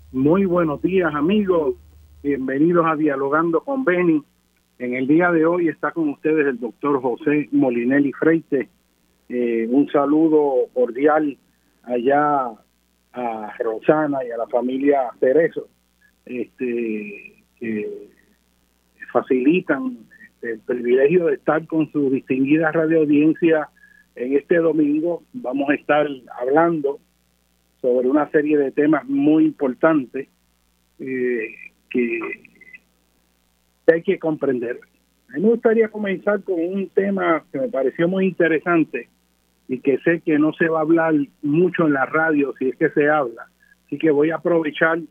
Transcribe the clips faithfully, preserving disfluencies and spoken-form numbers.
Muy buenos días, amigos. Bienvenidos a Dialogando con Beni. En el día de hoy está con ustedes el doctor José Molinelli Freite. Eh, un saludo cordial allá a Rosana y a la familia Cerezo, este, que facilitan este, el privilegio de estar con su distinguida radioaudiencia en este domingo. Vamos a estar hablando sobre una serie de temas muy importantes eh, que hay que comprender. A mí me gustaría comenzar con un tema que me pareció muy interesante y que sé que no se va a hablar mucho en la radio, si es que se habla. Así que voy a aprovechar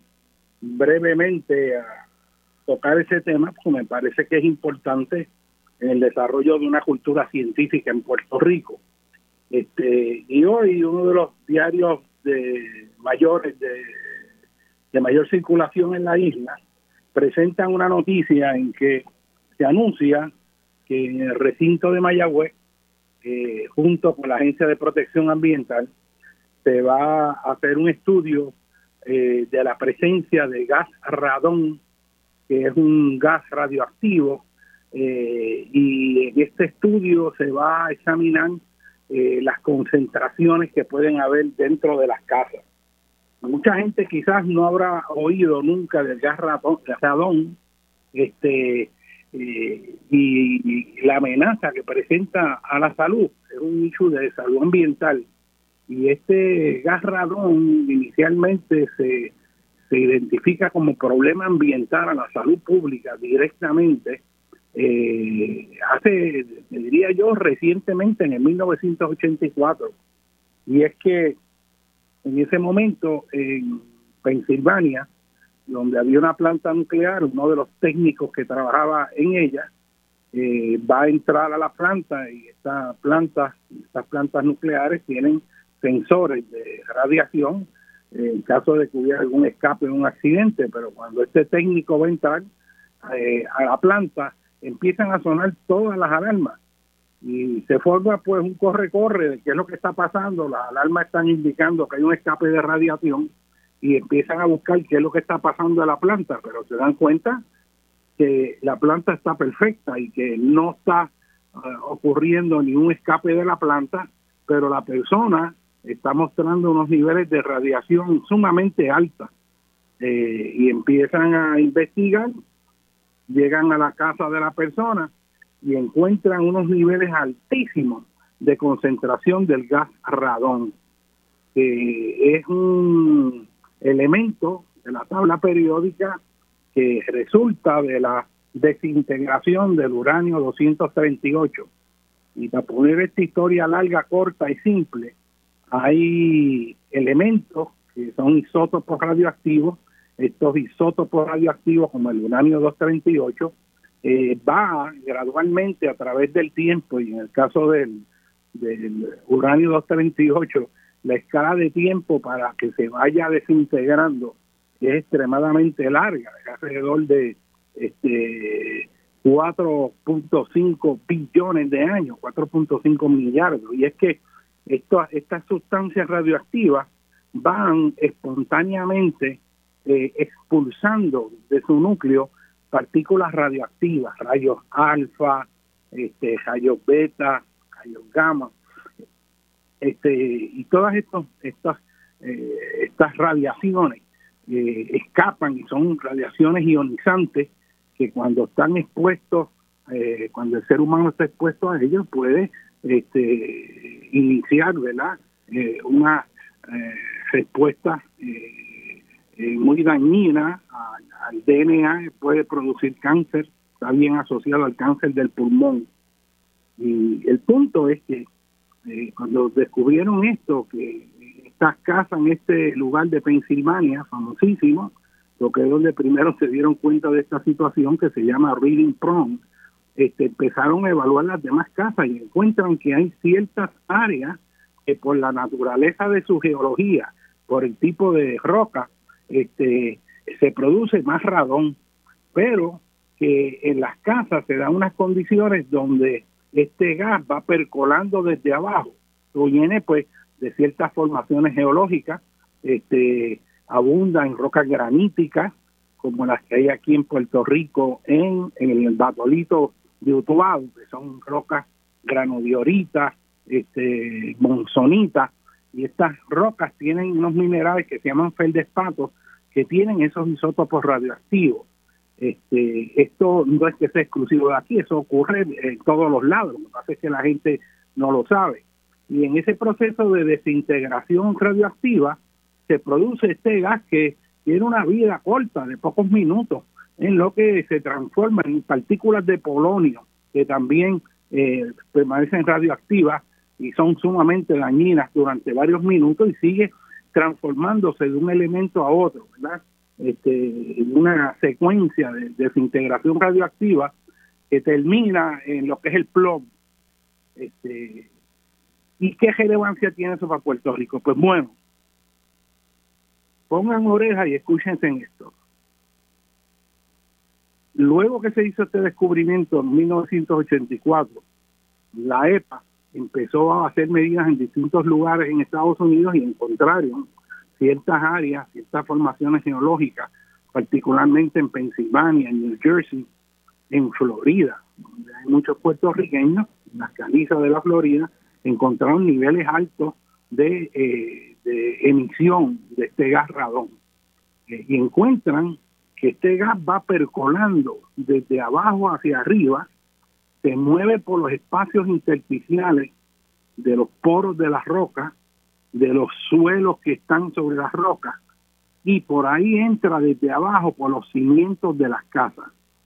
brevemente a tocar ese tema, porque me parece que es importante en el desarrollo de una cultura científica en Puerto Rico. Este, y hoy uno de los diarios de mayores de, de mayor circulación en la isla presentan una noticia en que se anuncia que en el recinto de Mayagüez, eh, junto con la Agencia de Protección Ambiental, se va a hacer un estudio eh, de la presencia de gas radón, que es un gas radioactivo, eh, y en este estudio se va a examinar Eh, las concentraciones que pueden haber dentro de las casas. Mucha gente quizás no habrá oído nunca del gas radón, radón este, eh, y, y la amenaza que presenta a la salud. Es un issue de salud ambiental. Y este gas radón inicialmente se, se identifica como problema ambiental a la salud pública directamente. Eh, hace, diría yo, recientemente en el mil novecientos ochenta y cuatro, y es que en ese momento en Pensilvania, donde había una planta nuclear, uno de los técnicos que trabajaba en ella eh, va a entrar a la planta, y esta planta, estas plantas nucleares tienen sensores de radiación eh, en caso de que hubiera algún escape en un accidente, pero cuando este técnico va a entrar eh, a la planta, empiezan a sonar todas las alarmas y se forma pues un corre-corre de qué es lo que está pasando. Las alarmas están indicando que hay un escape de radiación y empiezan a buscar qué es lo que está pasando a la planta, pero se dan cuenta que la planta está perfecta y que no está uh, ocurriendo ningún escape de la planta, pero la persona está mostrando unos niveles de radiación sumamente altos, eh, y empiezan a investigar. Llegan a la casa de la persona y encuentran unos niveles altísimos de concentración del gas radón, que es un elemento de la tabla periódica que resulta de la desintegración del uranio doscientos treinta y ocho. Y para poner esta historia larga, corta y simple, hay elementos que son isótopos radioactivos. Estos isótopos radioactivos, como el uranio doscientos treinta y ocho, eh, va gradualmente a través del tiempo, y en el caso del, del uranio doscientos treinta y ocho, la escala de tiempo para que se vaya desintegrando es extremadamente larga, es alrededor de este, cuatro punto cinco billones de años, cuatro punto cinco millardos, y es que esto, estas sustancias radioactivas van espontáneamente Eh, expulsando de su núcleo partículas radioactivas, rayos alfa, este, rayos beta, rayos gamma, este, y todas estos, estas, eh, estas radiaciones eh, escapan, y son radiaciones ionizantes que cuando están expuestos, eh, cuando el ser humano está expuesto a ellos, puede este, iniciar, ¿verdad? Eh, una eh, respuesta eh, Eh, muy dañina al, al D N A, puede producir cáncer, está bien asociado al cáncer del pulmón. Y el punto es que eh, cuando descubrieron esto, que estas casas en este lugar de Pensilvania, famosísimo, lo que es donde primero se dieron cuenta de esta situación que se llama Reading Pond, este, empezaron a evaluar las demás casas y encuentran que hay ciertas áreas que por la naturaleza de su geología, por el tipo de roca, Este, se produce más radón, pero que en las casas se dan unas condiciones donde este gas va percolando desde abajo, proviene pues de ciertas formaciones geológicas, este, abunda en rocas graníticas, como las que hay aquí en Puerto Rico, en, en el batolito de Utuado, que son rocas granodioritas, este, monzonitas, y estas rocas tienen unos minerales que se llaman feldespatos, que tienen esos isótopos radioactivos. Este, esto no es que sea exclusivo de aquí, eso ocurre en todos los lados, lo que pasa es que la gente no lo sabe. Y en ese proceso de desintegración radioactiva se produce este gas que tiene una vida corta de pocos minutos, en lo que se transforma en partículas de polonio que también eh, permanecen radioactivas y son sumamente dañinas durante varios minutos, y sigue transformándose de un elemento a otro, ¿verdad? Este, en una secuencia de, de desintegración radioactiva que termina en lo que es el plomo. Este, ¿Y qué relevancia tiene eso para Puerto Rico? Pues bueno, pongan oreja y escúchense en esto. Luego que se hizo este descubrimiento en mil novecientos ochenta y cuatro, la E P A empezó a hacer medidas en distintos lugares en Estados Unidos y encontraron ciertas áreas, ciertas formaciones geológicas, particularmente en Pensilvania, en New Jersey, en Florida, donde hay muchos puertorriqueños, en las calizas de la Florida, encontraron niveles altos de, eh, de emisión de este gas radón. Eh, y encuentran que este gas va percolando desde abajo hacia arriba, se mueve por los espacios intersticiales de los poros de las rocas, de los suelos que están sobre las rocas, y por ahí entra desde abajo por los cimientos de las casas.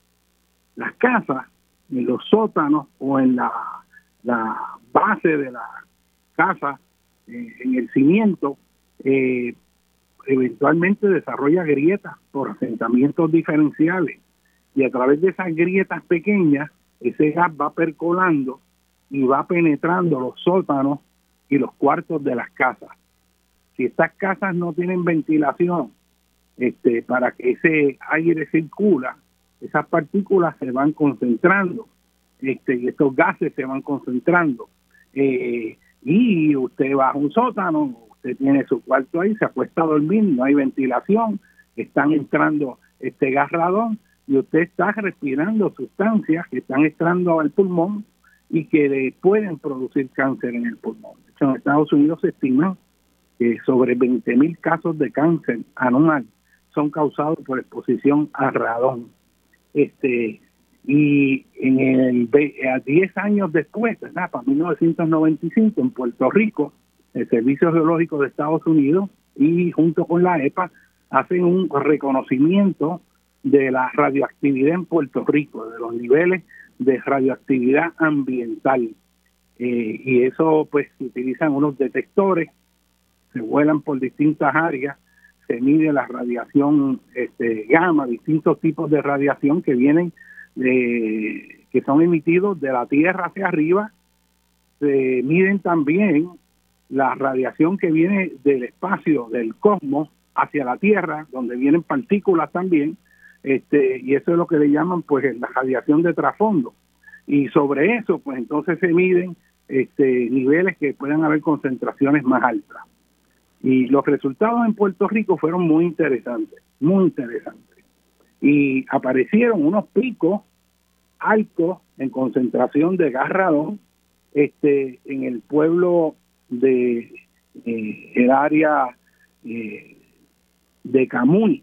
Las casas, en los sótanos o en la, la base de la casa, eh, en el cimiento, eh, eventualmente desarrolla grietas por asentamientos diferenciales, y a través de esas grietas pequeñas ese gas va percolando y va penetrando los sótanos y los cuartos de las casas. Si estas casas no tienen ventilación este, para que ese aire circula, esas partículas se van concentrando, este, y estos gases se van concentrando. Eh, y usted va a un sótano, usted tiene su cuarto ahí, se acuesta a dormir, no hay ventilación, están entrando este gas radón, y usted está respirando sustancias que están entrando al pulmón y que le pueden producir cáncer en el pulmón. De hecho, en Estados Unidos se estima que sobre veinte mil casos de cáncer anual son causados por exposición a radón. Este, y en el a diez años después, ¿verdad? Para mil novecientos noventa y cinco, en Puerto Rico, el Servicio Geológico de Estados Unidos y junto con la E P A hacen un reconocimiento de la radioactividad en Puerto Rico, de los niveles de radioactividad ambiental. Eh, y eso, pues, se utilizan unos detectores, se vuelan por distintas áreas, se mide la radiación este, gamma, distintos tipos de radiación que vienen, de, que son emitidos de la Tierra hacia arriba. Se miden también la radiación que viene del espacio, del cosmos, hacia la Tierra, donde vienen partículas también. Este, y eso es lo que le llaman pues la radiación de trasfondo, y sobre eso pues entonces se miden este, niveles que puedan haber concentraciones más altas, y los resultados en Puerto Rico fueron muy interesantes, muy interesantes, y aparecieron unos picos altos en concentración de gas radón este, en el pueblo de eh, el área eh, de Camuy.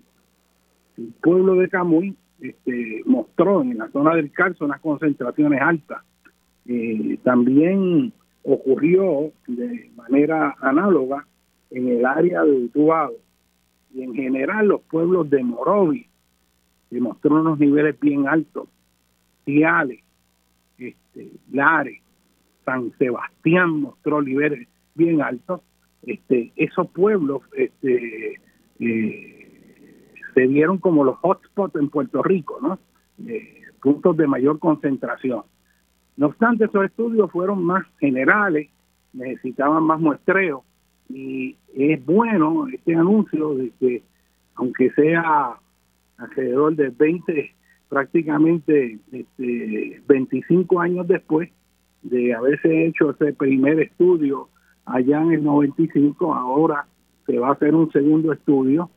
El pueblo de Camuy este, mostró en la zona del Carso unas concentraciones altas. Eh, también ocurrió de manera análoga en el área de Utuado, y en general los pueblos de Morovis demostró unos niveles bien altos. Ciales, este, Lares, San Sebastián mostró niveles bien altos. Este, esos pueblos este, eh, se vieron como los hotspots en Puerto Rico, ¿no? Eh, puntos de mayor concentración. No obstante, esos estudios fueron más generales, necesitaban más muestreo, y es bueno este anuncio de que, aunque sea alrededor de veinte, prácticamente este, veinticinco años después de haberse hecho ese primer estudio allá en el noventa y cinco, ahora se va a hacer un segundo estudio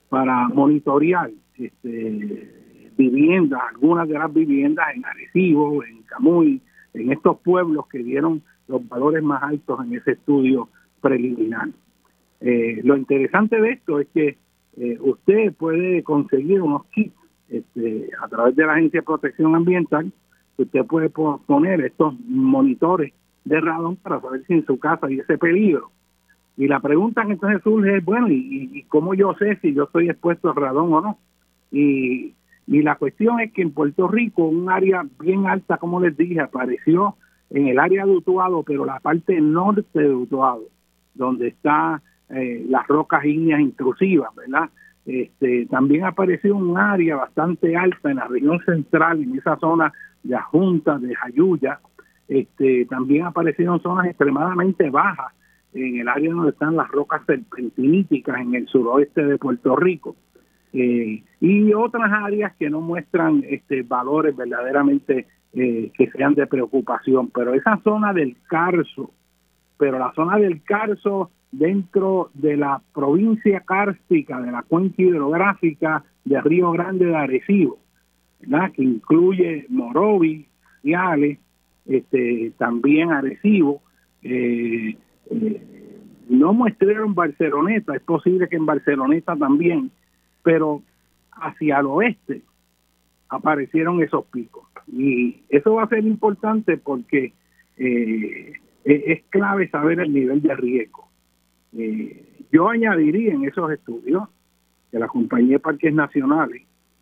para monitorear este, viviendas, algunas de las viviendas en Arecibo, en Camuy, en estos pueblos que dieron los valores más altos en ese estudio preliminar. Eh, lo interesante de esto es que eh, usted puede conseguir unos kits este, a través de la Agencia de Protección Ambiental. Usted puede poner estos monitores de radón para saber si en su casa hay ese peligro. Y la pregunta que entonces surge es, bueno, ¿y, y cómo yo sé si yo estoy expuesto al radón o no? Y, y la cuestión es que en Puerto Rico, un área bien alta, como les dije, apareció en el área de Utuado, pero la parte norte de Utuado, donde está eh, las rocas ígneas intrusivas, ¿verdad? Este, también apareció un área bastante alta en la región central, en esa zona de Ajunta, de Jayuya. Este, también aparecieron zonas extremadamente bajas en el área donde están las rocas serpentiníticas en el suroeste de Puerto Rico. Eh, y otras áreas que no muestran este, valores verdaderamente eh, que sean de preocupación. Pero esa zona del Carso, pero la zona del Carso dentro de la provincia cárstica de la cuenca hidrográfica de Río Grande de Arecibo, ¿verdad? Que incluye Morovis, Ciales, este, también Arecibo, eh, eh, no muestrearon Barceloneta, es posible que en Barceloneta también, pero hacia el oeste aparecieron esos picos. Y eso va a ser importante porque eh, es clave saber el nivel de riesgo. Eh, yo añadiría en esos estudios que la Compañía de Parques Nacionales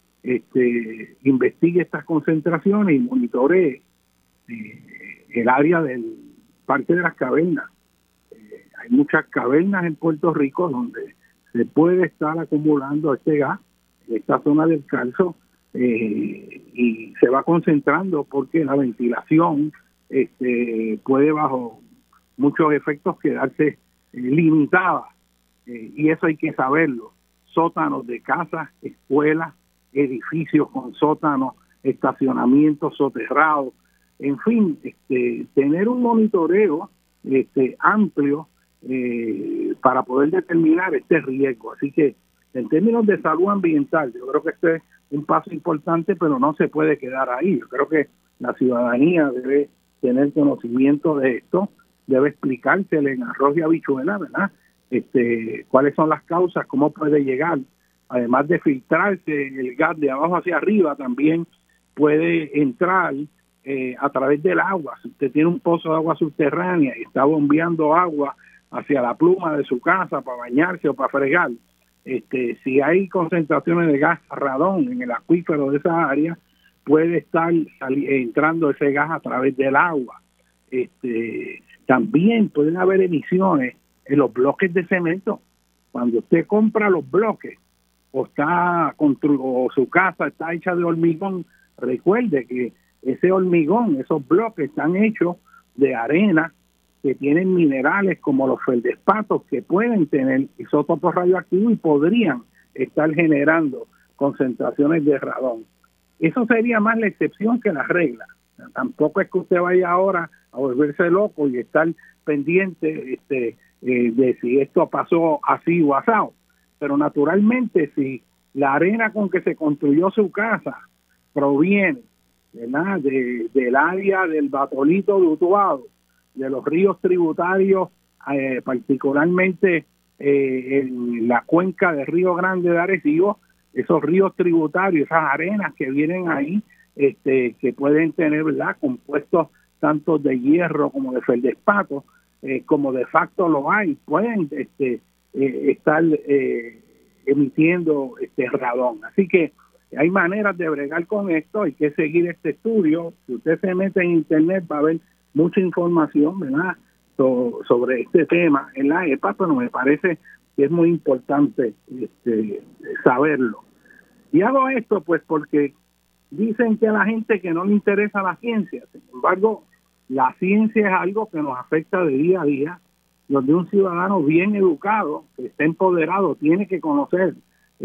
este, investigue estas concentraciones y monitoree eh, el área del Parque de las Cavernas. Eh, hay muchas cavernas en Puerto Rico donde se puede estar acumulando este gas en esta zona del Carso eh, y se va concentrando porque la ventilación este, puede bajo muchos efectos quedarse eh, limitada eh, y eso hay que saberlo. Sótanos de casas, escuelas, edificios con sótanos, estacionamientos soterrados, en fin, este, tener un monitoreo este, amplio eh, para poder determinar este riesgo. Así que en términos de salud ambiental, yo creo que este es un paso importante, pero no se puede quedar ahí. Yo creo que la ciudadanía debe tener conocimiento de esto, debe explicársele en arroz y habichuela, ¿verdad? Este, cuáles son las causas, cómo puede llegar, además de filtrarse el gas de abajo hacia arriba, también puede entrar eh, a través del agua. Si usted tiene un pozo de agua subterránea y está bombeando agua hacia la pluma de su casa para bañarse o para fregar, este, si hay concentraciones de gas radón en el acuífero de esa área, puede estar entrando ese gas a través del agua. Este, también pueden haber emisiones en los bloques de cemento. Cuando usted compra los bloques o está constru o su casa está hecha de hormigón, recuerde que ese hormigón, esos bloques están hechos de arena que tienen minerales como los feldespatos que pueden tener isótopos radioactivos y podrían estar generando concentraciones de radón. Eso sería más la excepción que la regla. O sea, tampoco es que usted vaya ahora a volverse loco y estar pendiente este, eh, de si esto pasó así o asado. Pero naturalmente, si la arena con que se construyó su casa proviene ¿verdad? De, del área del Batolito de Utuado, de los ríos tributarios, eh, particularmente eh, en la cuenca del Río Grande de Arecibo, esos ríos tributarios, esas arenas que vienen ahí, este, que pueden tener, ¿verdad?, compuestos tanto de hierro como de feldespato, eh, como de facto lo hay, pueden este, eh, estar eh, emitiendo este radón. Así que hay maneras de bregar con esto, hay que seguir este estudio. Si usted se mete en internet va a ver mucha información, ¿verdad?, so, sobre este tema en la E P A, pero me parece que es muy importante este, saberlo. Y hago esto pues porque dicen que a la gente que no le interesa la ciencia. Sin embargo, la ciencia es algo que nos afecta de día a día, donde un ciudadano bien educado, que esté empoderado, tiene que conocer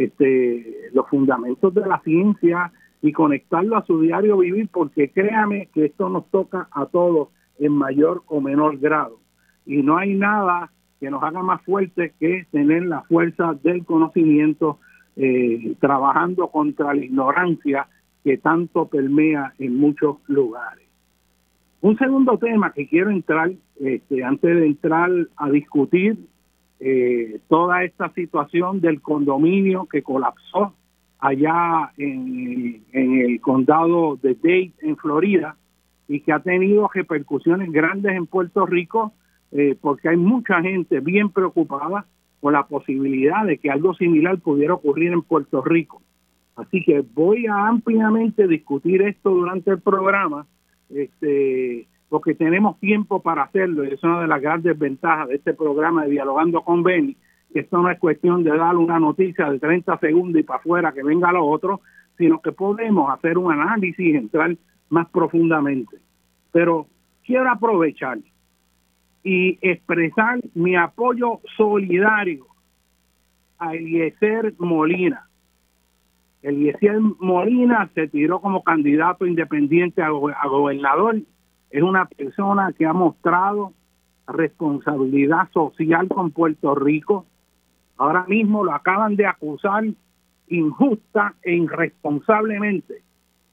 este, los fundamentos de la ciencia y conectarlo a su diario vivir, porque créame que esto nos toca a todos en mayor o menor grado. Y no hay nada que nos haga más fuerte que tener la fuerza del conocimiento eh, trabajando contra la ignorancia que tanto permea en muchos lugares. Un segundo tema que quiero entrar, este, antes de entrar a discutir eh, toda esta situación del condominio que colapsó allá en, en el condado de Dade, en Florida, y que ha tenido repercusiones grandes en Puerto Rico, eh, porque hay mucha gente bien preocupada por la posibilidad de que algo similar pudiera ocurrir en Puerto Rico. Así que voy a ampliamente discutir esto durante el programa, este, porque tenemos tiempo para hacerlo, y es una de las grandes ventajas de este programa de Dialogando con Benny, que esto no es cuestión de dar una noticia de treinta segundos y para afuera que venga lo otro, sino que podemos hacer un análisis y entrar más profundamente. Pero quiero aprovechar y expresar mi apoyo solidario a Eliezer Molina. Eliezer Molina se tiró como candidato independiente a, go- a gobernador. Es una persona que ha mostrado responsabilidad social con Puerto Rico. Ahora mismo lo acaban de acusar injusta e irresponsablemente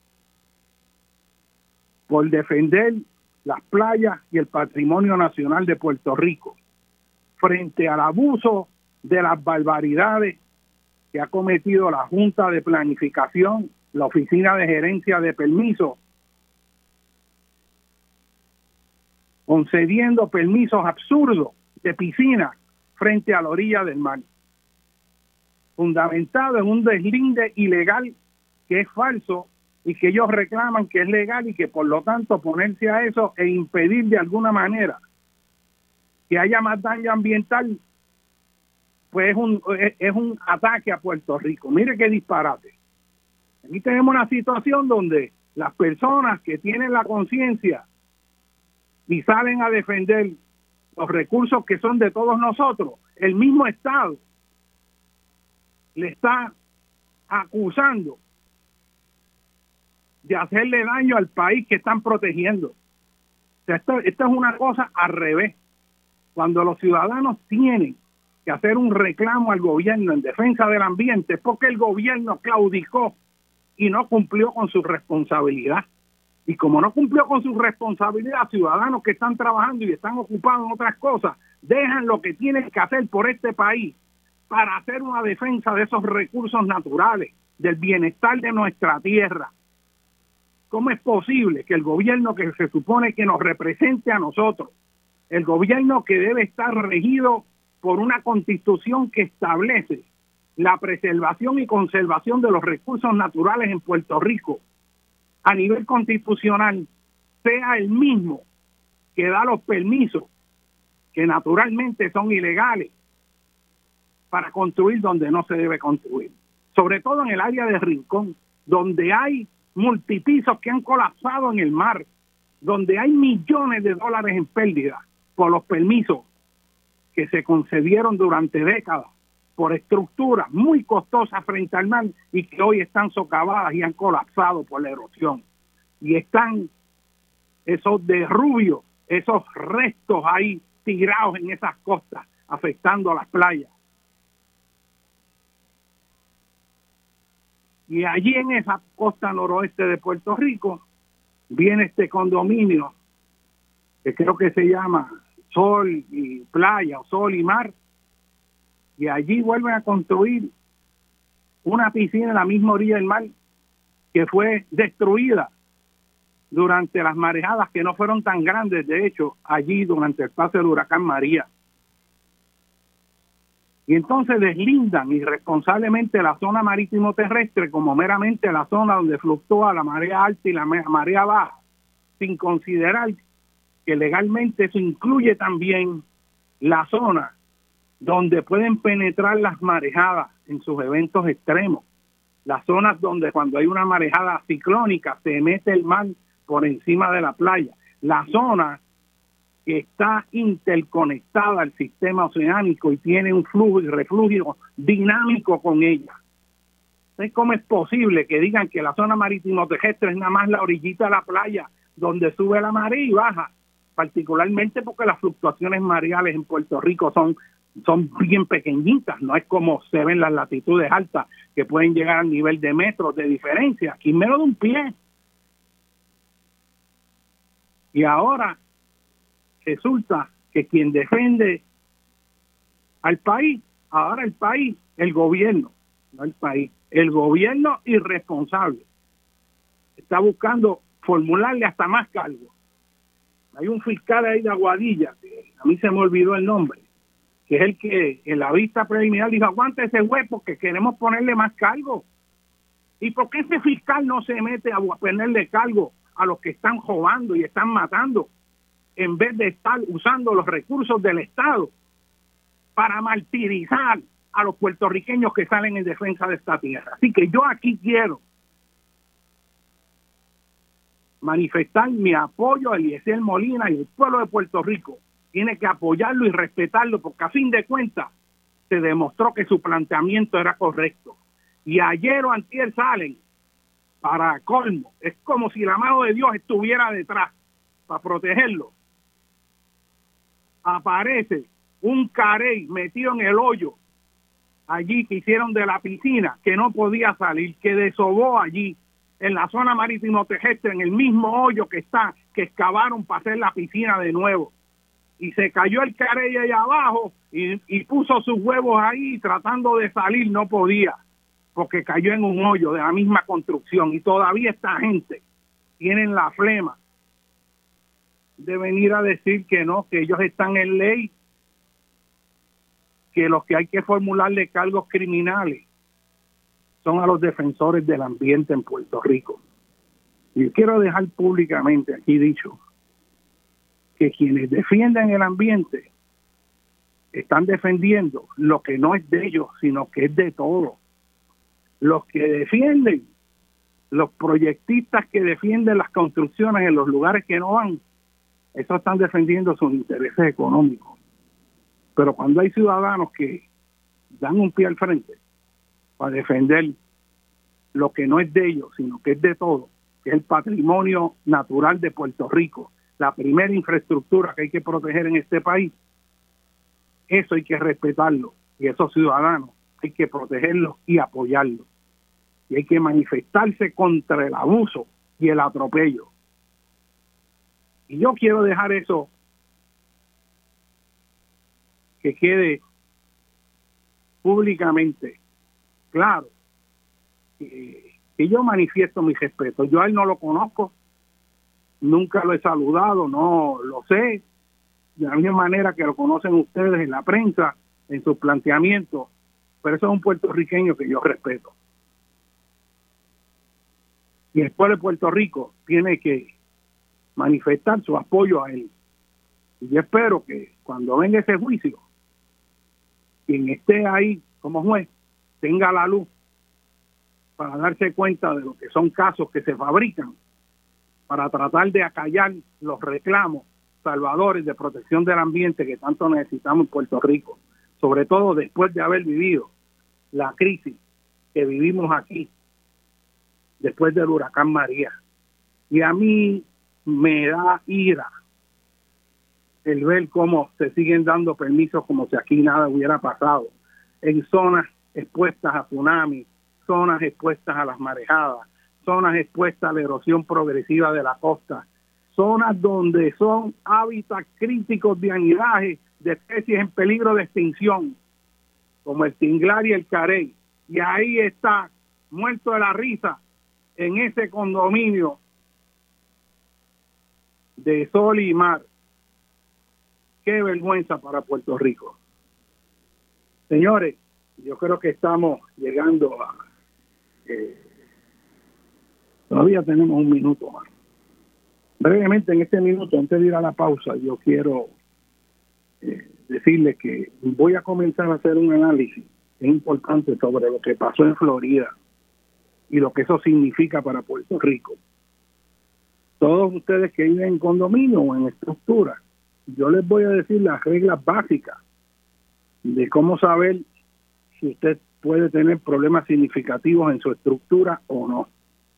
por defender las playas y el patrimonio nacional de Puerto Rico frente al abuso de las barbaridades que ha cometido la Junta de Planificación, la Oficina de Gerencia de Permisos, concediendo permisos absurdos de piscina frente a la orilla del mar, fundamentado en un deslinde ilegal que es falso y que ellos reclaman que es legal, y que por lo tanto ponerse a eso e impedir de alguna manera que haya más daño ambiental, pues es un, es un ataque a Puerto Rico. Mire qué disparate. Aquí tenemos una situación donde las personas que tienen la conciencia y salen a defender los recursos que son de todos nosotros, el mismo Estado le está acusando de hacerle daño al país que están protegiendo. O sea, esto, esto es una cosa al revés. Cuando los ciudadanos tienen que hacer un reclamo al gobierno en defensa del ambiente, es porque el gobierno claudicó y no cumplió con su responsabilidad. Y como no cumplió con su responsabilidad, ciudadanos que están trabajando y están ocupados en otras cosas, dejan lo que tienen que hacer por este país para hacer una defensa de esos recursos naturales, del bienestar de nuestra tierra. ¿Cómo es posible que el gobierno que se supone que nos represente a nosotros, el gobierno que debe estar regido por una constitución que establece la preservación y conservación de los recursos naturales en Puerto Rico a nivel constitucional, sea el mismo que da los permisos que naturalmente son ilegales para construir donde no se debe construir? Sobre todo en el área de Rincón, donde hay multipisos que han colapsado en el mar, donde hay millones de dólares en pérdida por los permisos que se concedieron durante décadas por estructuras muy costosas frente al mar y que hoy están socavadas y han colapsado por la erosión. Y están esos derrubios, esos restos ahí tirados en esas costas, afectando a las playas. Y allí en esa costa noroeste de Puerto Rico viene este condominio que creo que se llama Sol y Playa o Sol y Mar, y allí vuelven a construir una piscina en la misma orilla del mar que fue destruida durante las marejadas, que no fueron tan grandes, de hecho, allí durante el paso del huracán María. Y entonces deslindan irresponsablemente la zona marítimo terrestre como meramente la zona donde fluctúa la marea alta y la marea baja, sin considerar que legalmente eso incluye también la zona donde pueden penetrar las marejadas en sus eventos extremos, las zonas donde cuando hay una marejada ciclónica se mete el mar por encima de la playa, la zona que está interconectada al sistema oceánico y tiene un flujo y reflujo dinámico con ella. Entonces, ¿cómo es posible que digan que la zona marítimo terrestre es nada más la orillita de la playa donde sube la marea y baja? Particularmente porque las fluctuaciones mareales en Puerto Rico son son bien pequeñitas, no es como se ven las latitudes altas que pueden llegar al nivel de metros de diferencia, aquí menos de un pie. Y ahora resulta que quien defiende al país, ahora el país, el gobierno, no el país, el gobierno irresponsable, está buscando formularle hasta más cargos. Hay un fiscal ahí de Aguadilla, que a mí se me olvidó el nombre, que es el que en la vista preliminar dijo, aguante ese juez porque queremos ponerle más cargos. ¿Y por qué ese fiscal no se mete a ponerle cargo a los que están robando y están matando, en vez de estar usando los recursos del Estado para martirizar a los puertorriqueños que salen en defensa de esta tierra? Así que yo aquí quiero manifestar mi apoyo a Eliezer Molina, y el pueblo de Puerto Rico tiene que apoyarlo y respetarlo, porque a fin de cuentas se demostró que su planteamiento era correcto. Y ayer o antier salen, para colmo, es como si la mano de Dios estuviera detrás para protegerlo. Aparece un carey metido en el hoyo allí que hicieron de la piscina, que no podía salir, que desobó allí en la zona marítimo terrestre, en el mismo hoyo que está, que excavaron para hacer la piscina de nuevo. Y se cayó el carey ahí abajo y, y puso sus huevos ahí tratando de salir, no podía, porque cayó en un hoyo de la misma construcción. Y todavía esta gente tienen la flema de venir a decir que no, que ellos están en ley, que los que hay que formularle cargos criminales son a los defensores del ambiente en Puerto Rico. Y quiero dejar públicamente aquí dicho que quienes defienden el ambiente están defendiendo lo que no es de ellos, sino que es de todos. Los que defienden, los proyectistas que defienden las construcciones en los lugares que no van, esos están defendiendo sus intereses económicos. Pero cuando hay ciudadanos que dan un pie al frente para defender lo que no es de ellos, sino que es de todos, que es el patrimonio natural de Puerto Rico, la primera infraestructura que hay que proteger en este país, eso hay que respetarlo, y esos ciudadanos hay que protegerlos y apoyarlos. Y hay que manifestarse contra el abuso y el atropello. Y yo quiero dejar eso que quede públicamente claro, que, que yo manifiesto mi respeto. Yo a él no lo conozco, nunca lo he saludado, no lo sé, de la misma manera que lo conocen ustedes en la prensa, en sus planteamientos, pero eso es un puertorriqueño que yo respeto. Y el pueblo de Puerto Rico tiene que manifestar su apoyo a él. Y yo espero que cuando venga ese juicio, quien esté ahí como juez tenga la luz para darse cuenta de lo que son casos que se fabrican para tratar de acallar los reclamos salvadores de protección del ambiente que tanto necesitamos en Puerto Rico, sobre todo después de haber vivido la crisis que vivimos aquí después del huracán María. Y a mí me da ira el ver cómo se siguen dando permisos como si aquí nada hubiera pasado, en zonas expuestas a tsunami, zonas expuestas a las marejadas, zonas expuestas a la erosión progresiva de la costa, zonas donde son hábitats críticos de anidaje de especies en peligro de extinción, como el tinglar y el carey. Y ahí está, muerto de la risa, en ese condominio de sol y mar. Qué vergüenza para Puerto Rico. Señores, yo creo que estamos llegando a... Eh, todavía tenemos un minuto más. Brevemente, en este minuto, antes de ir a la pausa, yo quiero eh, decirles que voy a comenzar a hacer un análisis importante sobre lo que pasó en Florida y lo que eso significa para Puerto Rico. Todos ustedes que viven en condominio o en estructura, yo les voy a decir las reglas básicas de cómo saber si usted puede tener problemas significativos en su estructura o no.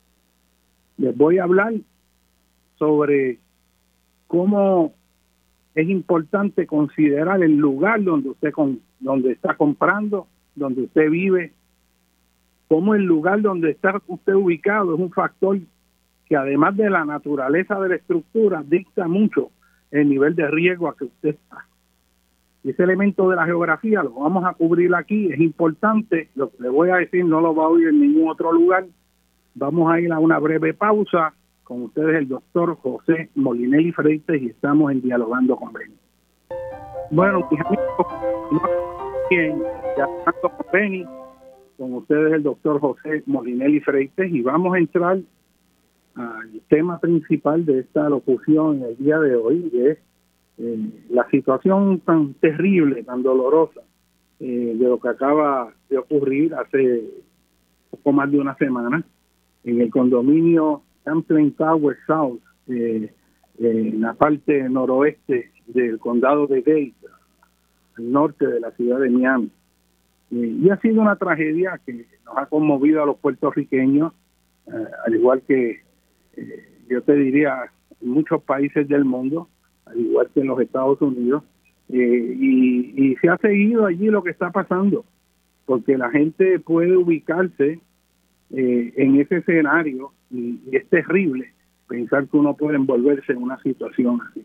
Les voy a hablar sobre cómo es importante considerar el lugar donde usted con, donde está comprando, donde usted vive, como el lugar donde está usted ubicado es un factor que, además de la naturaleza de la estructura, dicta mucho el nivel de riesgo a que usted está. Y ese elemento de la geografía lo vamos a cubrir aquí, es importante, lo que le voy a decir no lo va a oír en ningún otro lugar. Vamos a ir a una breve pausa. Con ustedes el doctor José Molinelli Freites y estamos en Dialogando con Beni. Bueno, mis amigos, bien, Dialogando con Beni, con ustedes el doctor José Molinelli Freites, y vamos a entrar al tema principal de esta locución en el día de hoy, que es eh, la situación tan terrible, tan dolorosa eh, de lo que acaba de ocurrir hace poco más de una semana en el condominio Champlain Tower South, eh, eh, en la parte noroeste del condado de Dade, al norte de la ciudad de Miami. Eh, y ha sido una tragedia que nos ha conmovido a los puertorriqueños, eh, al igual que, eh, yo te diría, en muchos países del mundo, al igual que en los Estados Unidos, eh, y, y se ha seguido allí lo que está pasando, porque la gente puede ubicarse eh, en ese escenario, y, y es terrible pensar que uno puede envolverse en una situación así.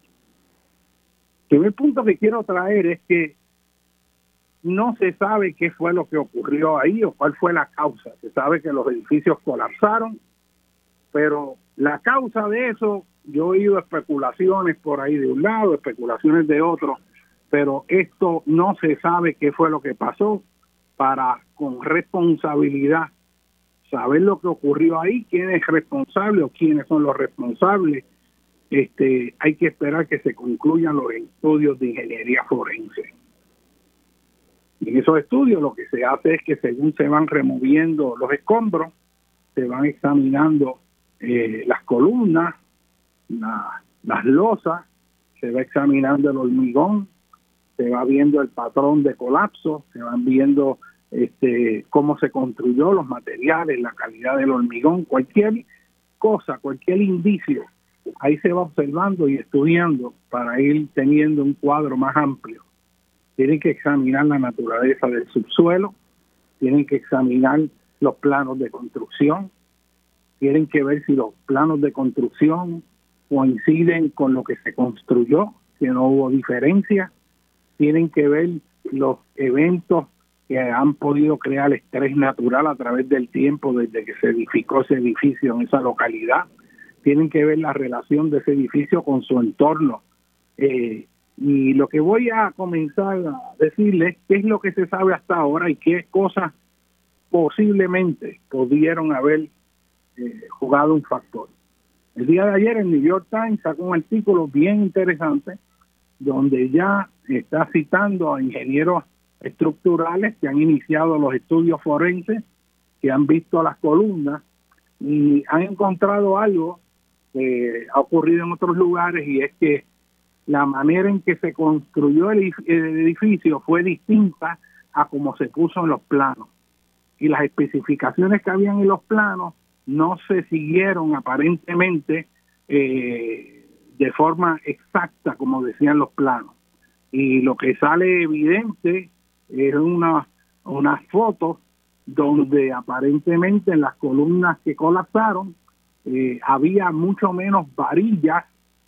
El primer punto que quiero traer es que no se sabe qué fue lo que ocurrió ahí o cuál fue la causa. Se sabe que los edificios colapsaron, pero la causa de eso, yo he oído especulaciones por ahí de un lado, especulaciones de otro, pero esto no se sabe qué fue lo que pasó para, con responsabilidad, saber lo que ocurrió ahí, quién es responsable o quiénes son los responsables. Este, hay que esperar que se concluyan los estudios de ingeniería forense. En esos estudios lo que se hace es que, según se van removiendo los escombros, se van examinando eh, las columnas, la, las losas, se va examinando el hormigón, se va viendo el patrón de colapso, se van viendo este cómo se construyó, los materiales, la calidad del hormigón, cualquier cosa, cualquier indicio, ahí se va observando y estudiando para ir teniendo un cuadro más amplio. Tienen que examinar la naturaleza del subsuelo, tienen que examinar los planos de construcción, tienen que ver si los planos de construcción coinciden con lo que se construyó, si no hubo diferencia, tienen que ver los eventos que han podido crear estrés natural a través del tiempo desde que se edificó ese edificio en esa localidad, tienen que ver la relación de ese edificio con su entorno. Eh, y lo que voy a comenzar a decirles qué es lo que se sabe hasta ahora y qué cosas posiblemente pudieron haber eh, jugado un factor. El día de ayer el New York Times sacó un artículo bien interesante donde ya está citando a ingenieros estructurales que han iniciado los estudios forenses, que han visto las columnas y han encontrado algo que ha ocurrido en otros lugares, y es que la manera en que se construyó el edificio fue distinta a como se puso en los planos, y las especificaciones que habían en los planos no se siguieron aparentemente eh, de forma exacta como decían los planos, y lo que sale evidente es una unas fotos donde aparentemente en las columnas que colapsaron eh, había mucho menos varillas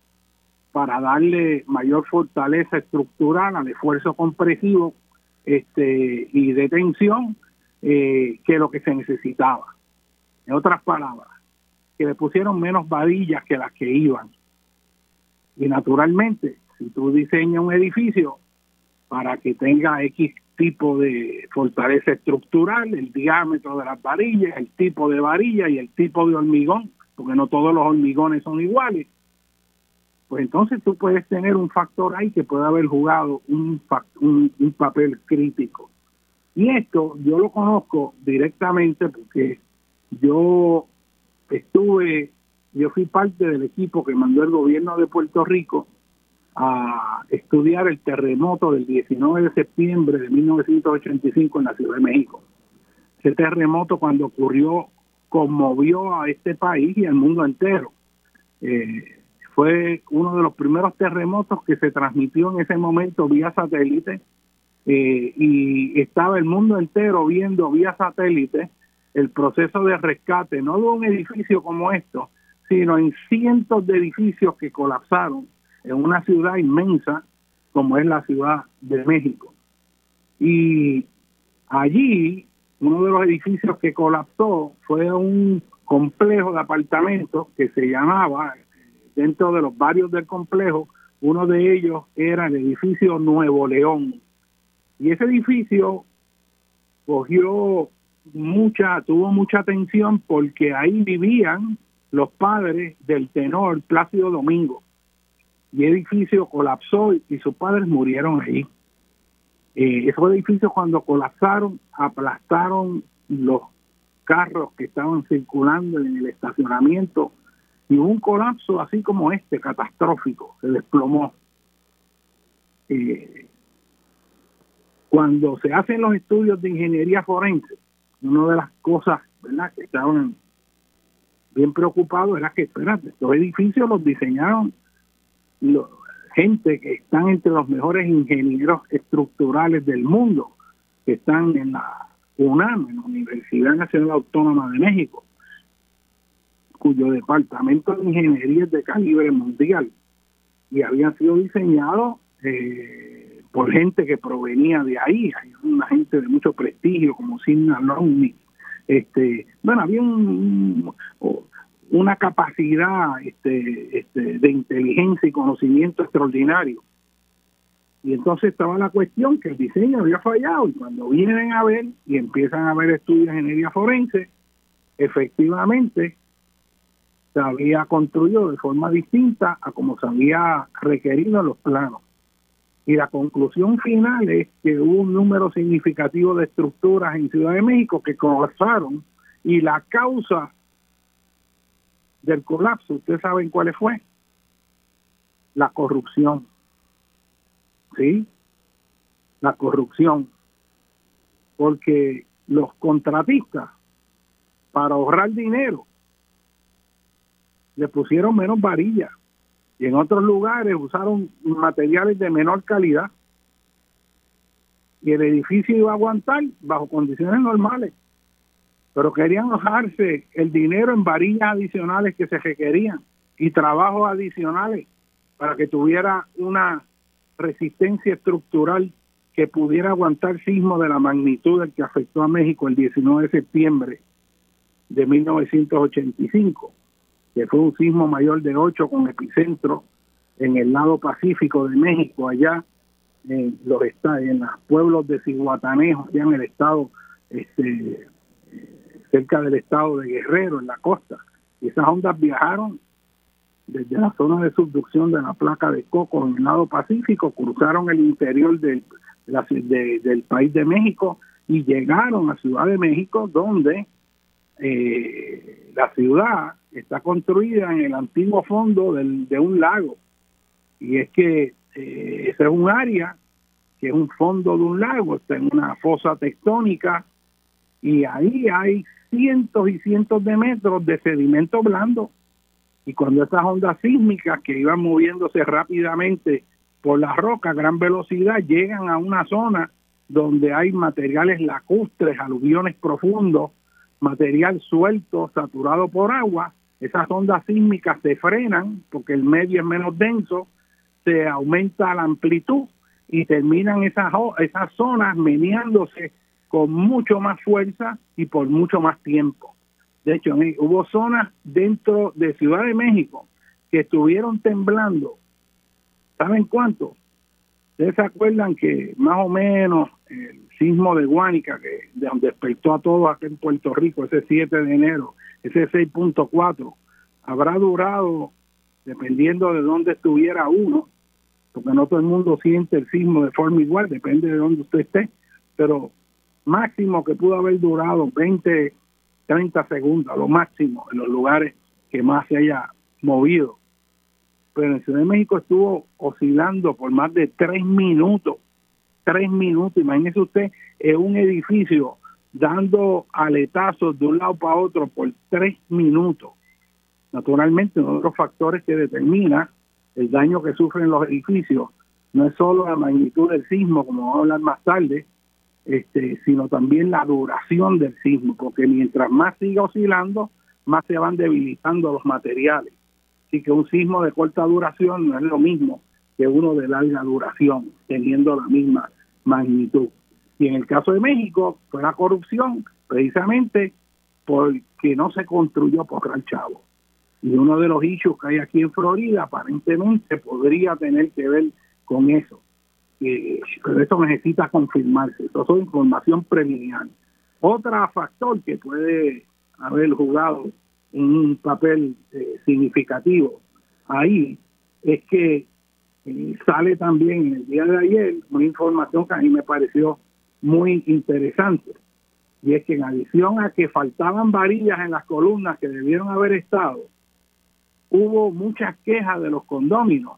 para darle mayor fortaleza estructural al esfuerzo compresivo este y de tensión eh, que lo que se necesitaba. En otras palabras, que le pusieron menos varillas que las que iban. Y naturalmente, si tú diseñas un edificio para que tenga X tipo de fortaleza estructural, el diámetro de las varillas, el tipo de varilla y el tipo de hormigón, porque no todos los hormigones son iguales, pues entonces tú puedes tener un factor ahí que puede haber jugado un, un, un papel crítico. Y esto yo lo conozco directamente porque yo estuve, yo fui parte del equipo que mandó el gobierno de Puerto Rico a estudiar el terremoto del diecinueve de septiembre de mil novecientos ochenta y cinco en la Ciudad de México. Ese terremoto, cuando ocurrió, conmovió a este país y al mundo entero. Eh, fue uno de los primeros terremotos que se transmitió en ese momento vía satélite, eh, y estaba el mundo entero viendo vía satélite el proceso de rescate, no de un edificio como esto, sino en cientos de edificios que colapsaron en una ciudad inmensa como es la Ciudad de México. Y allí, uno de los edificios que colapsó fue un complejo de apartamentos que se llamaba, dentro de los barrios del complejo, uno de ellos era el edificio Nuevo León. Y ese edificio cogió mucha, tuvo mucha atención porque ahí vivían los padres del tenor Plácido Domingo. Y el edificio colapsó y sus padres murieron allí. Eh, esos edificios, cuando colapsaron, aplastaron los carros que estaban circulando en el estacionamiento y hubo un colapso así como este, catastrófico, se desplomó. Eh, cuando se hacen los estudios de ingeniería forense, una de las cosas, ¿verdad?, que estaban bien preocupados era que, espérate, estos edificios los diseñaron los, gente que están entre los mejores ingenieros estructurales del mundo, que están en la UNAM, en la Universidad Nacional Autónoma de México, cuyo departamento de ingeniería es de calibre mundial, y habían sido diseñados eh, por gente que provenía de ahí. Hay una gente de mucho prestigio como Sidney Alumni. Este, bueno, había un, un, una capacidad este, este, de inteligencia y conocimiento extraordinario. Y entonces estaba la cuestión que el diseño había fallado, y cuando vienen a ver y empiezan a ver estudios de ingeniería forense, efectivamente se había construido de forma distinta a como se había requerido en los planos. Y la conclusión final es que hubo un número significativo de estructuras en Ciudad de México que colapsaron, y la causa del colapso, ¿ustedes saben cuál fue? La corrupción. ¿Sí? La corrupción. Porque los contratistas, para ahorrar dinero, le pusieron menos varillas, y en otros lugares usaron materiales de menor calidad, y el edificio iba a aguantar bajo condiciones normales, pero querían ahorrarse el dinero en varillas adicionales que se requerían y trabajos adicionales para que tuviera una resistencia estructural que pudiera aguantar sismos de la magnitud del que afectó a México el diecinueve de septiembre de mil novecientos ochenta y cinco, que fue un sismo mayor de ocho con epicentro en el lado pacífico de México, allá en los estados, en los pueblos de Zihuatanejo, allá en el estado, este, cerca del estado de Guerrero, en la costa. Y esas ondas viajaron desde la zona de subducción de la placa de Coco en el lado Pacífico, cruzaron el interior del, de la, de, del país de México y llegaron a Ciudad de México, donde eh, la ciudad está construida en el antiguo fondo del, de un lago. Y es que eh, ese es un área que es un fondo de un lago, está en una fosa tectónica, y ahí hay cientos y cientos de metros de sedimento blando. Y cuando esas ondas sísmicas que iban moviéndose rápidamente por las rocas a gran velocidad llegan a una zona donde hay materiales lacustres, aluviones profundos, material suelto, saturado por agua, esas ondas sísmicas se frenan porque el medio es menos denso, se aumenta la amplitud y terminan esas, esas zonas meneándose con mucho más fuerza y por mucho más tiempo. De hecho, hubo zonas dentro de Ciudad de México que estuvieron temblando. ¿Saben cuánto? ¿Ustedes se acuerdan que más o menos el sismo de Guánica, que de donde despertó a todos aquí en Puerto Rico, ese siete de enero, ese seis punto cuatro, habrá durado, dependiendo de dónde estuviera uno, porque no todo el mundo siente el sismo de forma igual, depende de dónde usted esté, pero máximo que pudo haber durado veinte, treinta segundos, lo máximo, en los lugares que más se haya movido. Pero en Ciudad de México estuvo oscilando por más de tres minutos, tres minutos, imagínese usted, en un edificio dando aletazos de un lado para otro por tres minutos. Naturalmente, uno de los factores que determina el daño que sufren los edificios no es solo la magnitud del sismo, como vamos a hablar más tarde, este, sino también la duración del sismo, porque mientras más siga oscilando, más se van debilitando los materiales. Así que un sismo de corta duración no es lo mismo que uno de larga duración, teniendo la misma magnitud. Y en el caso de México, fue la corrupción, precisamente porque no se construyó por el chavo. Y uno de los issues que hay aquí en Florida, aparentemente, podría tener que ver con eso. Eh, pero eso necesita confirmarse. Eso es información preliminar. Otro factor que puede haber jugado un papel eh, significativo ahí es que eh, sale también en el día de ayer una información que a mí me pareció muy interesante, y es que en adición a que faltaban varillas en las columnas que debieron haber estado, hubo muchas quejas de los condóminos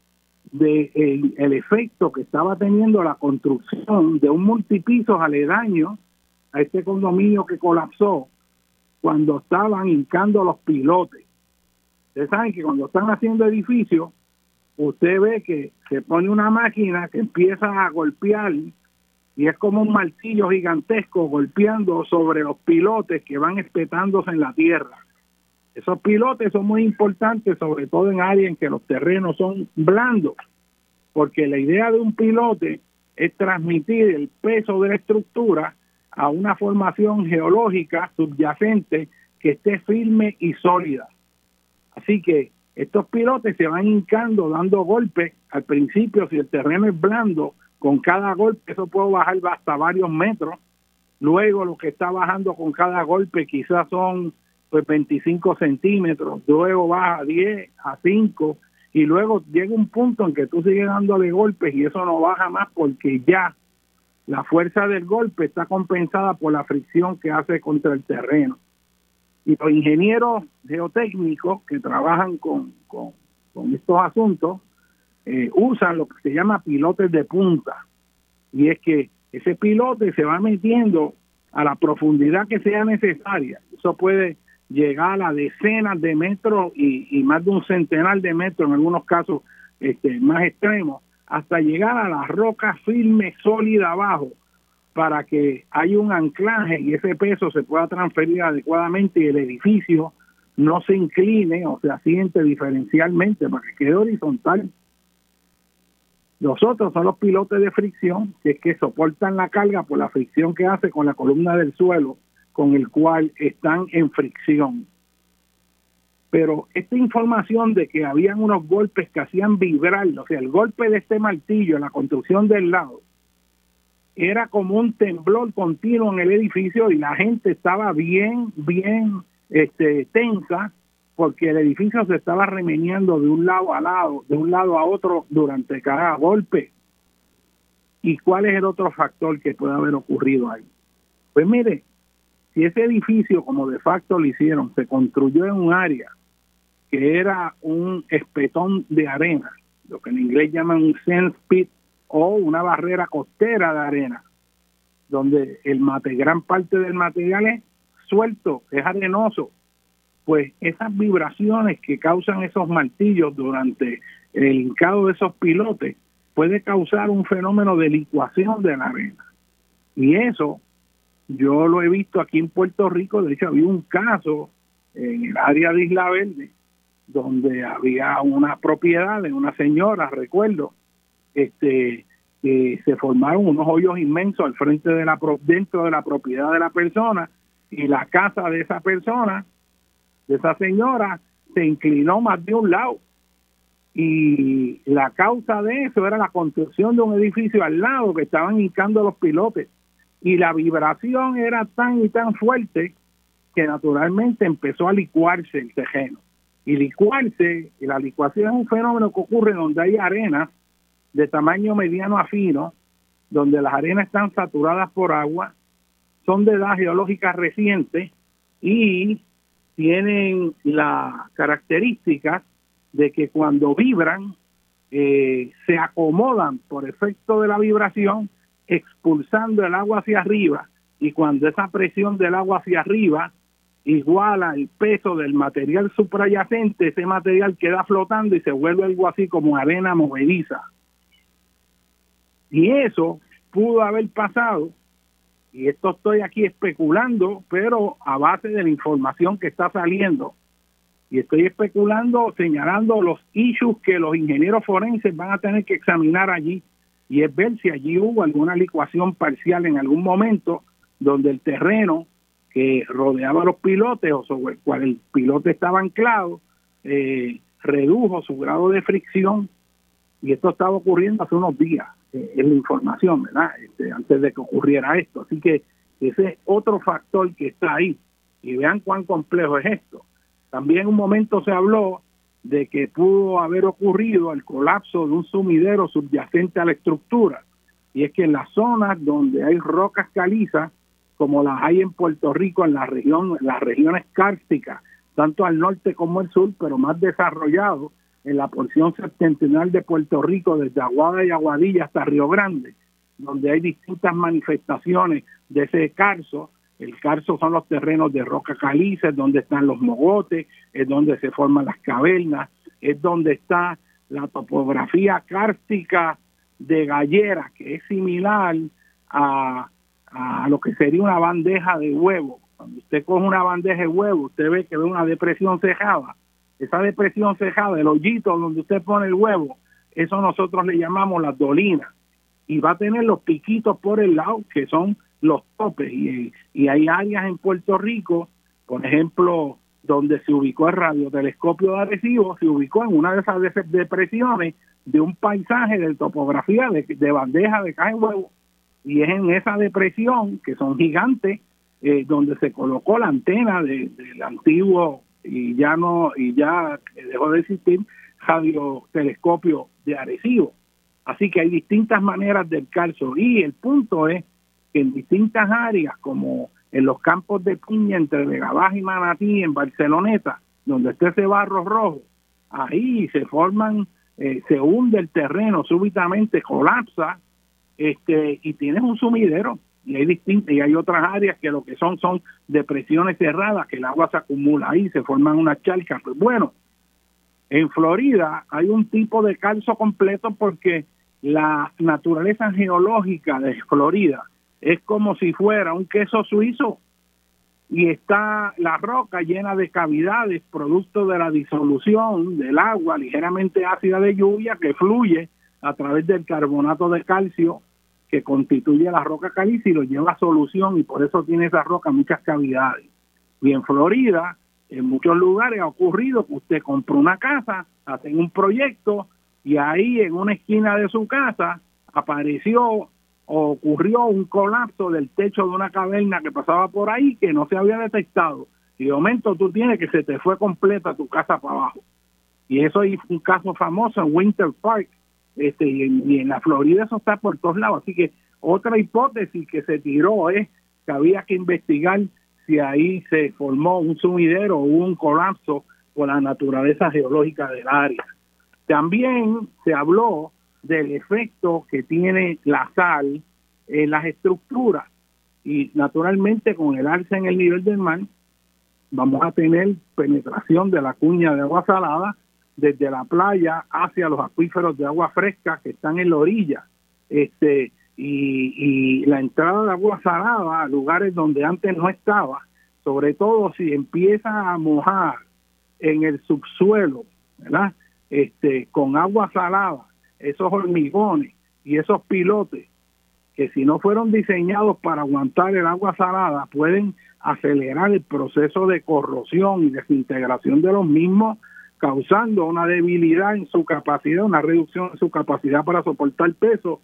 de el, el efecto que estaba teniendo la construcción de un multipisos aledaño a este condominio que colapsó cuando estaban hincando los pilotes. Ustedes saben que cuando están haciendo edificios, usted ve que se pone una máquina que empieza a golpear y es como un martillo gigantesco golpeando sobre los pilotes que van espetándose en la tierra. Esos pilotes son muy importantes, sobre todo en áreas en que los terrenos son blandos, porque la idea de un pilote es transmitir el peso de la estructura a una formación geológica subyacente que esté firme y sólida. Así que estos pilotes se van hincando, dando golpes. Al principio, si el terreno es blando, con cada golpe eso puede bajar hasta varios metros. Luego lo que está bajando con cada golpe quizás son pues veinticinco centímetros, luego baja a diez, a cinco, y luego llega un punto en que tú sigues dándole golpes y eso no baja más porque ya la fuerza del golpe está compensada por la fricción que hace contra el terreno. Y los ingenieros geotécnicos que trabajan con, con, con estos asuntos eh, usan lo que se llama pilotes de punta, y es que ese pilote se va metiendo a la profundidad que sea necesaria. Eso puede llegar a decenas de metros y, y más de un centenar de metros en algunos casos este, más extremos, hasta llegar a la roca firme, sólida abajo, para que haya un anclaje y ese peso se pueda transferir adecuadamente y el edificio no se incline o se asiente diferencialmente para que quede horizontal. Los otros son los pilotes de fricción, que es que soportan la carga por la fricción que hace con la columna del suelo con el cual están en fricción. Pero esta información de que habían unos golpes que hacían vibrar, o sea, el golpe de este martillo en la construcción del lado, era como un temblor continuo en el edificio y la gente estaba bien, bien este, tensa porque el edificio se estaba remeneando de un lado a lado, de un lado a otro durante cada golpe. ¿Y cuál es el otro factor que puede haber ocurrido ahí? Pues mire, si ese edificio, como de facto lo hicieron, se construyó en un área que era un espetón de arena, lo que en inglés llaman un sand pit o una barrera costera de arena, donde el mate, gran parte del material es suelto, es arenoso, pues esas vibraciones que causan esos martillos durante el hincado de esos pilotes puede causar un fenómeno de licuación de la arena. Y eso yo lo he visto aquí en Puerto Rico. De hecho había un caso en el área de Isla Verde donde había una propiedad de una señora, recuerdo, este que se formaron unos hoyos inmensos al frente de la dentro de la propiedad de la persona, y la casa de esa persona, de esa señora, se inclinó más de un lado, y la causa de eso era la construcción de un edificio al lado que estaban hincando los pilotes, y la vibración era tan y tan fuerte que naturalmente empezó a licuarse el terreno. Y licuarse, y la licuación es un fenómeno que ocurre donde hay arenas de tamaño mediano a fino, donde las arenas están saturadas por agua, son de edad geológica reciente y tienen la característica de que cuando vibran eh, se acomodan por efecto de la vibración, expulsando el agua hacia arriba, y cuando esa presión del agua hacia arriba iguala el peso del material suprayacente, ese material queda flotando y se vuelve algo así como arena movediza. Y eso pudo haber pasado, y esto estoy aquí especulando, pero a base de la información que está saliendo, y estoy especulando, señalando los issues que los ingenieros forenses van a tener que examinar allí, y es ver si allí hubo alguna licuación parcial en algún momento donde el terreno que rodeaba a los pilotes o sobre el cual el pilote estaba anclado eh, redujo su grado de fricción, y esto estaba ocurriendo hace unos días, eh, en la información, ¿verdad? Este, antes de que ocurriera esto. Así que ese es otro factor que está ahí, y vean cuán complejo es esto. También en un momento se habló de que pudo haber ocurrido el colapso de un sumidero subyacente a la estructura, y es que en las zonas donde hay rocas calizas, como las hay en Puerto Rico, en la región, en las regiones kársticas, tanto al norte como al sur, pero más desarrollado en la porción septentrional de Puerto Rico, desde Aguada y Aguadilla hasta Río Grande, donde hay distintas manifestaciones de ese carso. El carso son los terrenos de roca caliza, es donde están los mogotes, es donde se forman las cavernas, es donde está la topografía kárstica de Gallera, que es similar a, a lo que sería una bandeja de huevo. Cuando usted coge una bandeja de huevo, usted ve que ve una depresión cejada. Esa depresión cejada, el hoyito donde usted pone el huevo, eso nosotros le llamamos las dolinas. Y va a tener los piquitos por el lado, que son los topes, y, y hay áreas en Puerto Rico, por ejemplo, donde se ubicó el radiotelescopio de Arecibo, se ubicó en una de esas depresiones de un paisaje de topografía de, de bandeja de caja de huevo, y es en esa depresión, que son gigantes, eh, donde se colocó la antena de, del antiguo y ya no y ya dejó de existir radiotelescopio de Arecibo. Así que hay distintas maneras del calzo, y el punto es que en distintas áreas, como en los campos de piña entre Vega Baja y Manatí, en Barceloneta, donde está ese barro rojo, ahí se forman, eh, se hunde el terreno súbitamente, colapsa, este y tienes un sumidero. Y hay distintas, y hay otras áreas que lo que son son depresiones cerradas, que el agua se acumula ahí, se forman unas charcas. Pues bueno, en Florida hay un tipo de calzo completo, porque la naturaleza geológica de Florida es como si fuera un queso suizo, y está la roca llena de cavidades, producto de la disolución del agua ligeramente ácida de lluvia que fluye a través del carbonato de calcio que constituye la roca caliza y lo lleva a solución, y por eso tiene esa roca muchas cavidades. Y en Florida, en muchos lugares ha ocurrido que usted compra una casa, hace un proyecto, y ahí en una esquina de su casa apareció o ocurrió un colapso del techo de una caverna que pasaba por ahí, que no se había detectado, y de momento tú tienes que se te fue completa tu casa para abajo. Y eso es un caso famoso en Winter Park, este y en, y en la Florida eso está por todos lados. Así que otra hipótesis que se tiró es que había que investigar si ahí se formó un sumidero o hubo un colapso por la naturaleza geológica del área. También se habló del efecto que tiene la sal en las estructuras, y naturalmente con el alza en el nivel del mar vamos a tener penetración de la cuña de agua salada desde la playa hacia los acuíferos de agua fresca que están en la orilla, este y, y la entrada de agua salada a lugares donde antes no estaba, sobre todo si empieza a mojar en el subsuelo, ¿verdad? Este, con agua salada, esos hormigones y esos pilotes que si no fueron diseñados para aguantar el agua salada, pueden acelerar el proceso de corrosión y desintegración de los mismos, causando una debilidad en su capacidad, una reducción en su capacidad para soportar peso,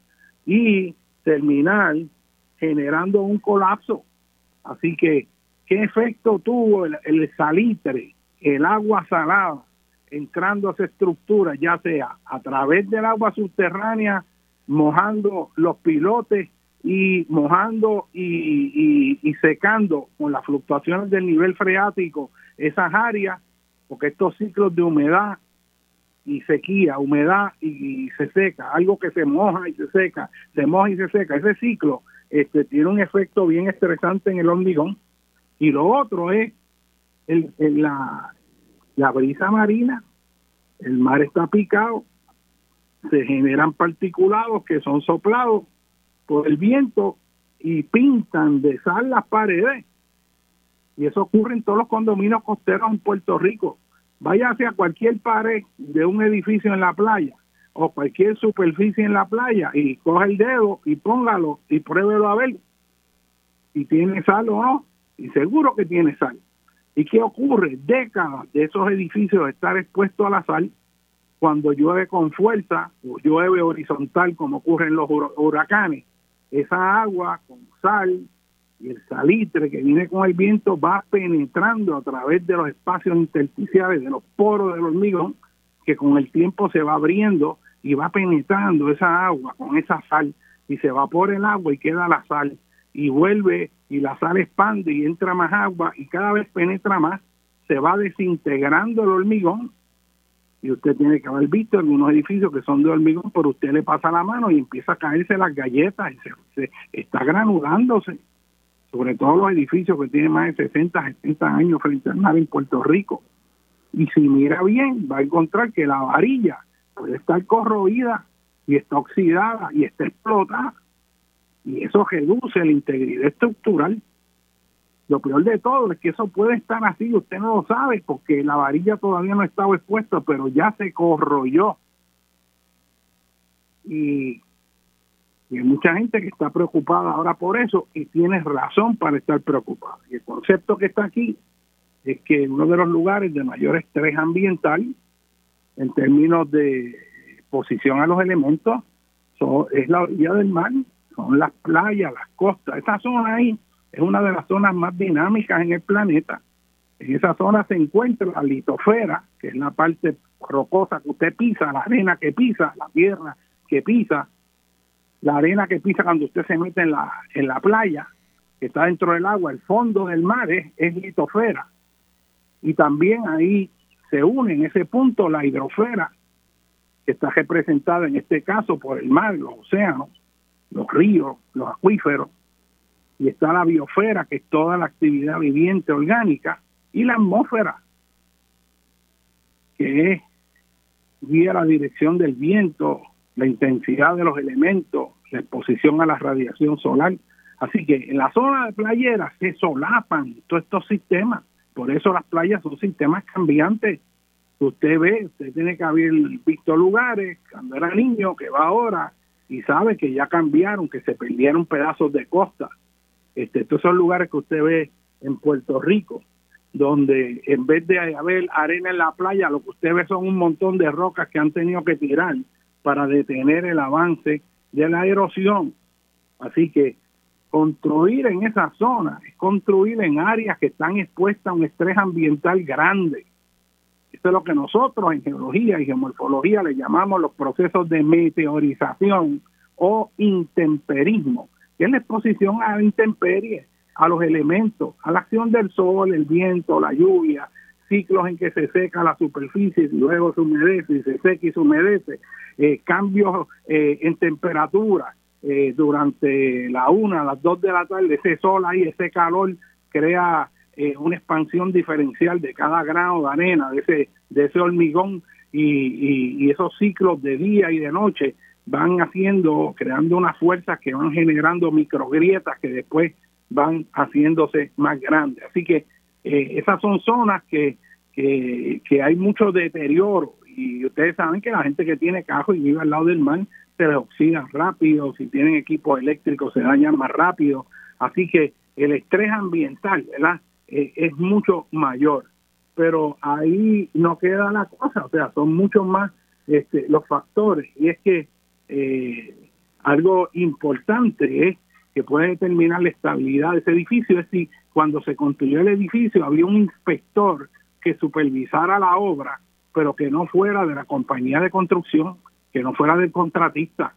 y terminar generando un colapso. Así que, ¿qué efecto tuvo el, el salitre, el agua salada, entrando a esa estructura, ya sea a través del agua subterránea, mojando los pilotes y mojando y, y, y secando con las fluctuaciones del nivel freático esas áreas, porque estos ciclos de humedad y sequía, humedad y, y se seca, algo que se moja y se seca, se moja y se seca, ese ciclo este tiene un efecto bien estresante en el hormigón. Y lo otro es el, el, la, la brisa marina, el mar está picado, se generan particulados que son soplados por el viento y pintan de sal las paredes. Y eso ocurre en todos los condominios costeros en Puerto Rico. Váyase a cualquier pared de un edificio en la playa o cualquier superficie en la playa y coja el dedo y póngalo y pruébelo a ver si tiene sal o no. Y seguro que tiene sal. ¿Y qué ocurre? Décadas de esos edificios estar expuestos a la sal. Cuando llueve con fuerza o llueve horizontal como ocurre en los huracanes, esa agua con sal y el salitre que viene con el viento va penetrando a través de los espacios intersticiales, de los poros del hormigón, que con el tiempo se va abriendo y va penetrando esa agua con esa sal y se evapora el agua y queda la sal y vuelve y la sal expande y entra más agua y cada vez penetra más, se va desintegrando el hormigón. Y usted tiene que haber visto algunos edificios que son de hormigón, pero usted le pasa la mano y empieza a caerse las galletas y se, se está granulándose. Sobre todo los edificios que tienen más de sesenta, setenta años frente al mar en Puerto Rico. Y si mira bien, va a encontrar que la varilla puede estar corroída y está oxidada y está explotada. Y eso reduce la integridad estructural. Lo peor de todo es que eso puede estar así, usted no lo sabe, porque la varilla todavía no estaba expuesta, pero ya se corroyó. Y, y hay mucha gente que está preocupada ahora por eso, y tiene razón para estar preocupada. Y el concepto que está aquí es que uno de los lugares de mayor estrés ambiental, en términos de exposición a los elementos, son, es la orilla del mar, son las playas, las costas. Esa zona ahí es una de las zonas más dinámicas en el planeta. En esa zona se encuentra la litosfera, que es la parte rocosa que usted pisa, la arena que pisa, la tierra que pisa, la arena que pisa cuando usted se mete en la en la playa, que está dentro del agua, el fondo del mar es, es litosfera. Y también ahí se une en ese punto la hidrosfera, que está representada en este caso por el mar, los océanos, los ríos, los acuíferos. Y está la biosfera, que es toda la actividad viviente orgánica, y la atmósfera, que es guía la dirección del viento, la intensidad de los elementos, la exposición a la radiación solar. Así que en la zona de playera se solapan todos estos sistemas. Por eso las playas son sistemas cambiantes. Usted ve, usted tiene que haber visto lugares cuando era niño, que va ahora, y sabe que ya cambiaron, que se perdieron pedazos de costa. Este, estos son lugares que usted ve en Puerto Rico, donde en vez de haber arena en la playa, lo que usted ve son un montón de rocas que han tenido que tirar para detener el avance de la erosión. Así que construir en esa zona es construir en áreas que están expuestas a un estrés ambiental grande. Esto es lo que nosotros en geología y geomorfología le llamamos los procesos de meteorización o intemperismo, que es la exposición a la intemperie, a los elementos, a la acción del sol, el viento, la lluvia, ciclos en que se seca la superficie y luego se humedece y se seca y se humedece, eh, cambios eh, en temperatura eh, durante la una, las dos de la tarde, ese sol ahí, ese calor crea eh, una expansión diferencial de cada grano de arena, de ese, de ese hormigón y, y, y esos ciclos de día y de noche van haciendo, creando unas fuerzas que van generando microgrietas que después van haciéndose más grandes. Así que eh, esas son zonas que, que, que hay mucho deterioro y ustedes saben que la gente que tiene carro y vive al lado del mar se les oxida rápido, si tienen equipos eléctricos se dañan más rápido. Así que el estrés ambiental, ¿verdad? Eh, es mucho mayor. Pero ahí no queda la cosa, o sea, son muchos más este, los factores. Y es que Eh, algo importante es que puede determinar la estabilidad de ese edificio es si cuando se construyó el edificio había un inspector que supervisara la obra, pero que no fuera de la compañía de construcción, que no fuera del contratista.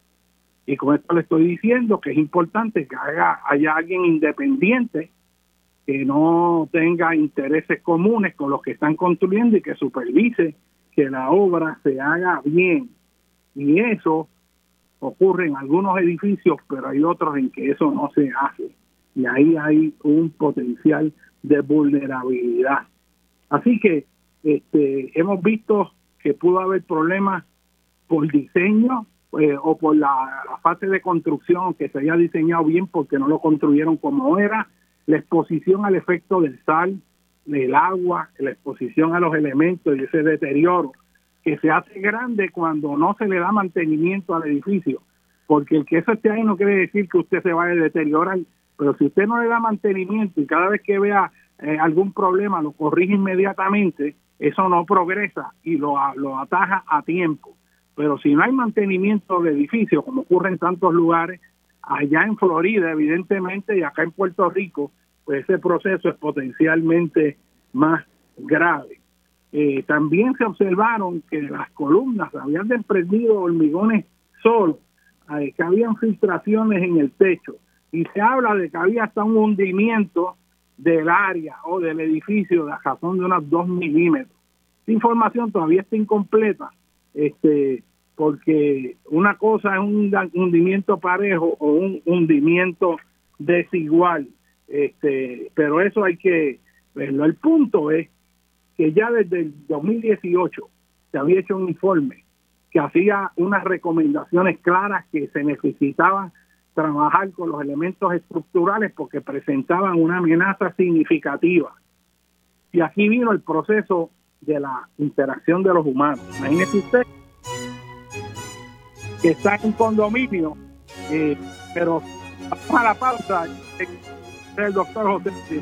Y con esto le estoy diciendo que es importante que haya, haya alguien independiente que no tenga intereses comunes con los que están construyendo y que supervise que la obra se haga bien. Y eso ocurre en algunos edificios, pero hay otros en que eso no se hace. Y ahí hay un potencial de vulnerabilidad. Así que este, hemos visto que pudo haber problemas por diseño eh, o por la, la fase de construcción, que se haya diseñado bien porque no lo construyeron como era, la exposición al efecto del sal, del agua, la exposición a los elementos y ese deterioro que se hace grande cuando no se le da mantenimiento al edificio, porque el que eso esté ahí no quiere decir que usted se vaya a deteriorar, pero si usted no le da mantenimiento y cada vez que vea eh, algún problema lo corrige inmediatamente, eso no progresa y lo, lo ataja a tiempo. Pero si no hay mantenimiento del edificio, como ocurre en tantos lugares, allá en Florida evidentemente y acá en Puerto Rico, pues ese proceso es potencialmente más grave. Eh, también se observaron que las columnas habían desprendido hormigones solos, eh, que habían filtraciones en el techo, y se habla de que había hasta un hundimiento del área o del edificio de la razón de unos dos milímetros. Esta información todavía está incompleta, este, porque una cosa es un hundimiento parejo o un hundimiento desigual, este, pero eso hay que verlo. El punto es que ya desde el dos mil dieciocho se había hecho un informe que hacía unas recomendaciones claras que se necesitaba trabajar con los elementos estructurales porque presentaban una amenaza significativa. Y aquí vino el proceso de la interacción de los humanos. Imagínese usted que está en un condominio, eh, pero vamos a la pausa, el doctor José.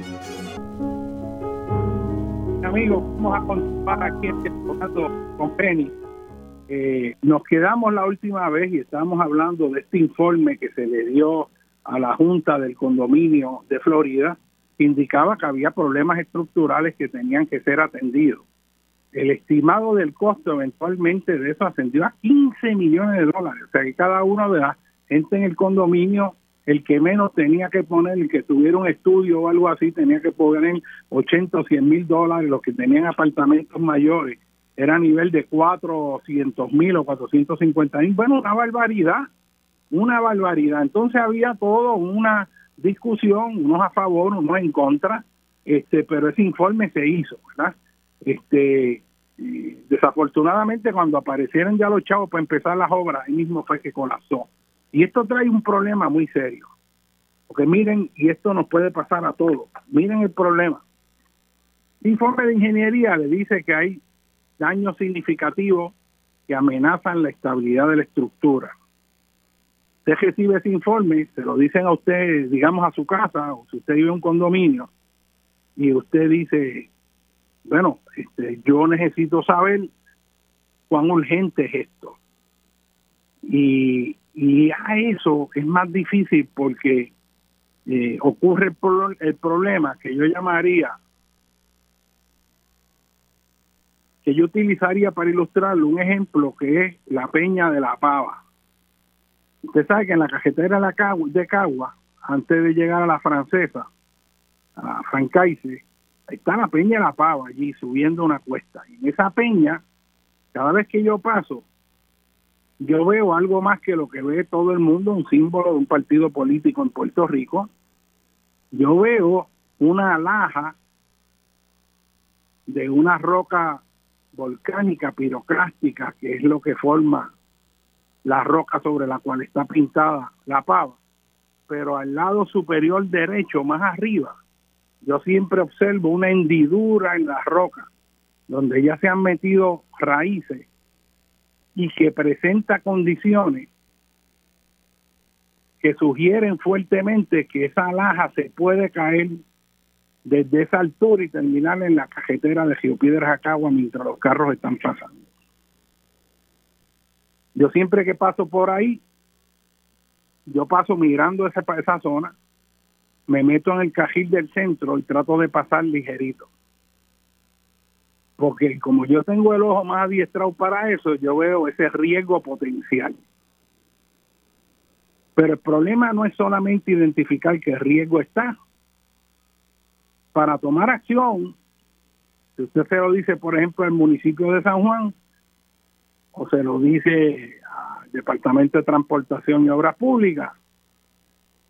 Amigos, vamos a continuar aquí con Penny. Eh, nos quedamos la última vez y estábamos hablando de este informe que se le dio a la Junta del Condominio de Florida, que indicaba que había problemas estructurales que tenían que ser atendidos. El estimado del costo eventualmente de eso ascendió a quince millones de dólares, o sea que cada uno de la gente en el condominio, el que menos tenía que poner, el que tuviera un estudio o algo así, tenía que poner ochenta o cien mil dólares, los que tenían apartamentos mayores era a nivel de cuatrocientos mil o cuatrocientos cincuenta mil. Bueno, una barbaridad, una barbaridad. Entonces había todo una discusión, unos a favor, unos en contra, este, pero ese informe se hizo, ¿verdad? Este, desafortunadamente cuando aparecieron ya los chavos para empezar las obras, ahí mismo fue que colapsó. Y esto trae un problema muy serio, porque miren, y esto nos puede pasar a todos, miren el problema. El informe de ingeniería le dice que hay daños significativos que amenazan la estabilidad de la estructura. Usted recibe ese informe, se lo dicen a usted, digamos a su casa, o si usted vive en un condominio, y usted dice, bueno, este, yo necesito saber cuán urgente es esto. Y, y a eso es más difícil porque eh, ocurre el, pro, el problema que yo llamaría, que yo utilizaría para ilustrarlo, un ejemplo que es la Peña de la Pava. Usted sabe que en la cajetera de, la Cagua, de Cagua, antes de llegar a la Francesa, a Francaise, está la Peña de la Pava allí subiendo una cuesta. Y en esa peña, cada vez que yo paso, yo veo algo más que lo que ve todo el mundo, un símbolo de un partido político en Puerto Rico. Yo veo una laja de una roca volcánica piroclástica, que es lo que forma la roca sobre la cual está pintada la Pava. Pero al lado superior derecho, más arriba, yo siempre observo una hendidura en la roca, donde ya se han metido raíces y que presenta condiciones que sugieren fuertemente que esa laja se puede caer desde esa altura y terminar en la cajetera de Río Piedras a Cagua mientras los carros están pasando. Yo siempre que paso por ahí, yo paso mirando esa, esa zona, me meto en el cajil del centro y trato de pasar ligerito. Porque como yo tengo el ojo más adiestrado para eso, yo veo ese riesgo potencial. Pero el problema no es solamente identificar que el riesgo está. Para tomar acción, si usted se lo dice, por ejemplo, al municipio de San Juan, o se lo dice al Departamento de Transportación y Obras Públicas,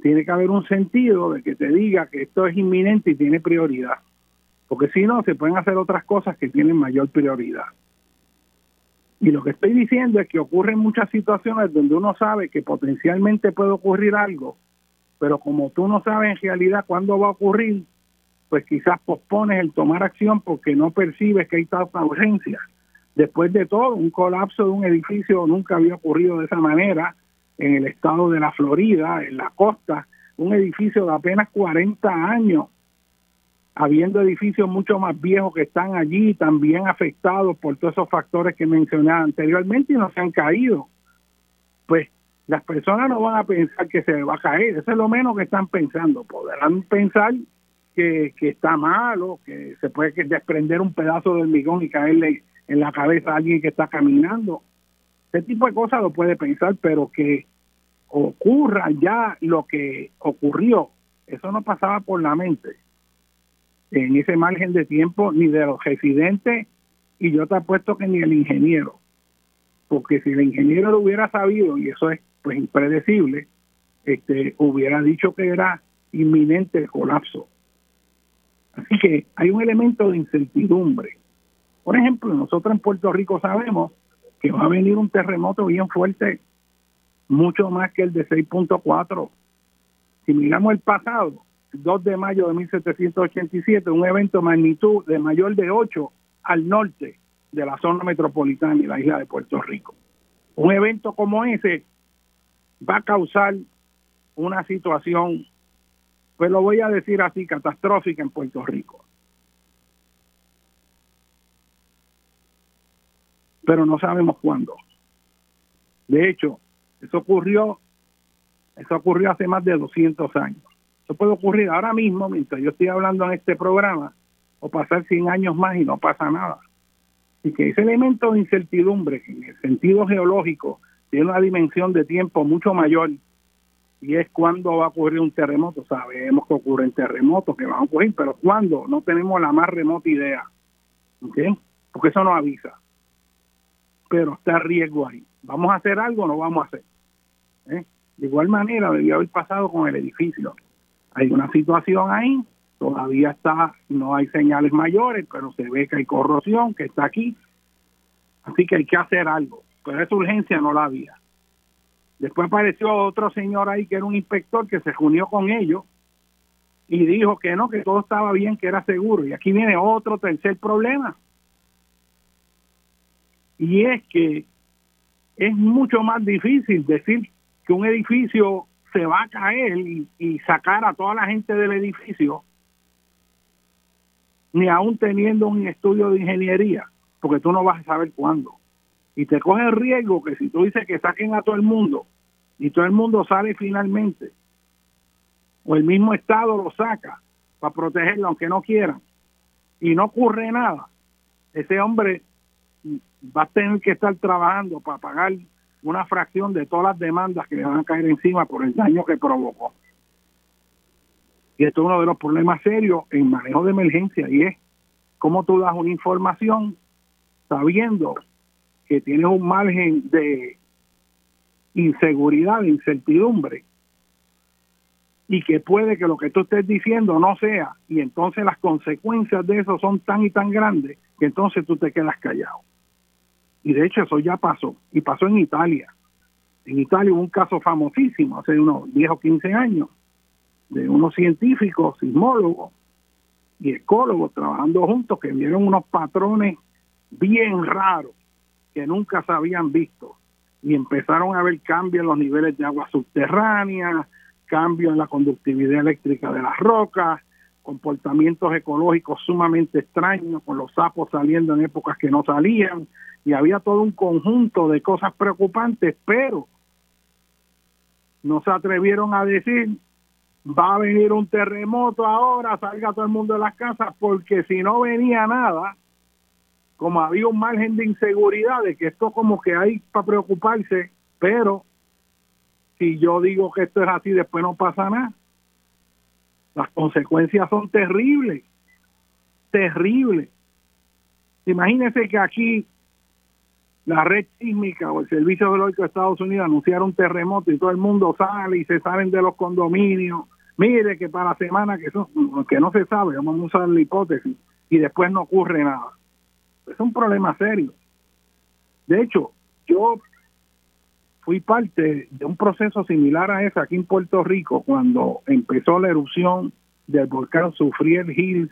tiene que haber un sentido de que te diga que esto es inminente y tiene prioridad, porque si no, se pueden hacer otras cosas que tienen mayor prioridad. Y lo que estoy diciendo es que ocurren muchas situaciones donde uno sabe que potencialmente puede ocurrir algo, pero como tú no sabes en realidad cuándo va a ocurrir, pues quizás pospones el tomar acción porque no percibes que hay tanta urgencia. Después de todo, un colapso de un edificio nunca había ocurrido de esa manera en el estado de la Florida, en la costa, un edificio de apenas cuarenta años, habiendo edificios mucho más viejos que están allí, también afectados por todos esos factores que mencioné anteriormente y no se han caído. Pues las personas no van a pensar que se va a caer, eso es lo menos que están pensando. Podrán pensar que, que está malo, que se puede desprender un pedazo de hormigón y caerle en la cabeza a alguien que está caminando. Ese tipo de cosas lo puede pensar, pero que ocurra ya lo que ocurrió, eso no pasaba por la mente en ese margen de tiempo ni de los residentes, y yo te apuesto que ni el ingeniero, porque si el ingeniero lo hubiera sabido, y eso es pues impredecible, este hubiera dicho que era inminente el colapso. Así que hay un elemento de incertidumbre. Por ejemplo, nosotros en Puerto Rico sabemos que va a venir un terremoto bien fuerte, mucho más que el de seis punto cuatro. Si miramos el pasado, dos de mayo de mil setecientos ochenta y siete, un evento de magnitud de mayor de ocho al norte de la zona metropolitana y la isla de Puerto Rico. Un evento como ese va a causar una situación, pues lo voy a decir así, catastrófica en Puerto Rico. Pero no sabemos cuándo. De hecho, eso ocurrió, eso ocurrió hace más de doscientos años. Eso puede ocurrir ahora mismo, mientras yo estoy hablando en este programa, o pasar cien años más y no pasa nada. Y que ese elemento de incertidumbre, en el sentido geológico, tiene una dimensión de tiempo mucho mayor, y es cuándo va a ocurrir un terremoto. Sabemos que ocurren terremotos, que van a ocurrir, pero cuándo no tenemos la más remota idea. ¿Okay? Porque eso no avisa. Pero está el riesgo ahí. ¿Vamos a hacer algo o no vamos a hacer? ¿Eh? De igual manera debió haber pasado con el edificio. Hay una situación ahí, todavía está, no hay señales mayores, pero se ve que hay corrosión, que está aquí. Así que hay que hacer algo. Pero esa urgencia no la había. Después apareció otro señor ahí que era un inspector que se reunió con ellos y dijo que no, que todo estaba bien, que era seguro. Y aquí viene otro tercer problema. Y es que es mucho más difícil decir que un edificio se va a caer y, y sacar a toda la gente del edificio, ni aún teniendo un estudio de ingeniería, porque tú no vas a saber cuándo. Y te coge el riesgo que si tú dices que saquen a todo el mundo y todo el mundo sale finalmente, o el mismo Estado lo saca para protegerlo aunque no quieran, y no ocurre nada, ese hombre va a tener que estar trabajando para pagar una fracción de todas las demandas que le van a caer encima por el daño que provocó. Y esto es uno de los problemas serios en manejo de emergencia, y es cómo tú das una información sabiendo que tienes un margen de inseguridad, de incertidumbre, y que puede que lo que tú estés diciendo no sea, y entonces las consecuencias de eso son tan y tan grandes que entonces tú te quedas callado. Y de hecho eso ya pasó, y pasó en Italia. En Italia hubo un caso famosísimo hace unos diez o quince años de unos científicos, sismólogos y ecólogos trabajando juntos que vieron unos patrones bien raros que nunca se habían visto, y empezaron a ver cambios en los niveles de agua subterránea, cambios en la conductividad eléctrica de las rocas, comportamientos ecológicos sumamente extraños, con los sapos saliendo en épocas que no salían, y había todo un conjunto de cosas preocupantes, pero no se atrevieron a decir, va a venir un terremoto ahora, salga todo el mundo de las casas, porque si no venía nada, como había un margen de inseguridad de que esto como que hay para preocuparse, pero si yo digo que esto es así, después no pasa nada. Las consecuencias son terribles, terribles. Imagínense que aquí la red sísmica o el Servicio Geológico de Estados Unidos anunciara un terremoto y todo el mundo sale y se salen de los condominios, mire que para la semana que, eso, que no se sabe, vamos a usar la hipótesis, y después no ocurre nada. Es un problema serio. De hecho, yo fui parte de un proceso similar a ese aquí en Puerto Rico cuando empezó la erupción del volcán Soufriere Hills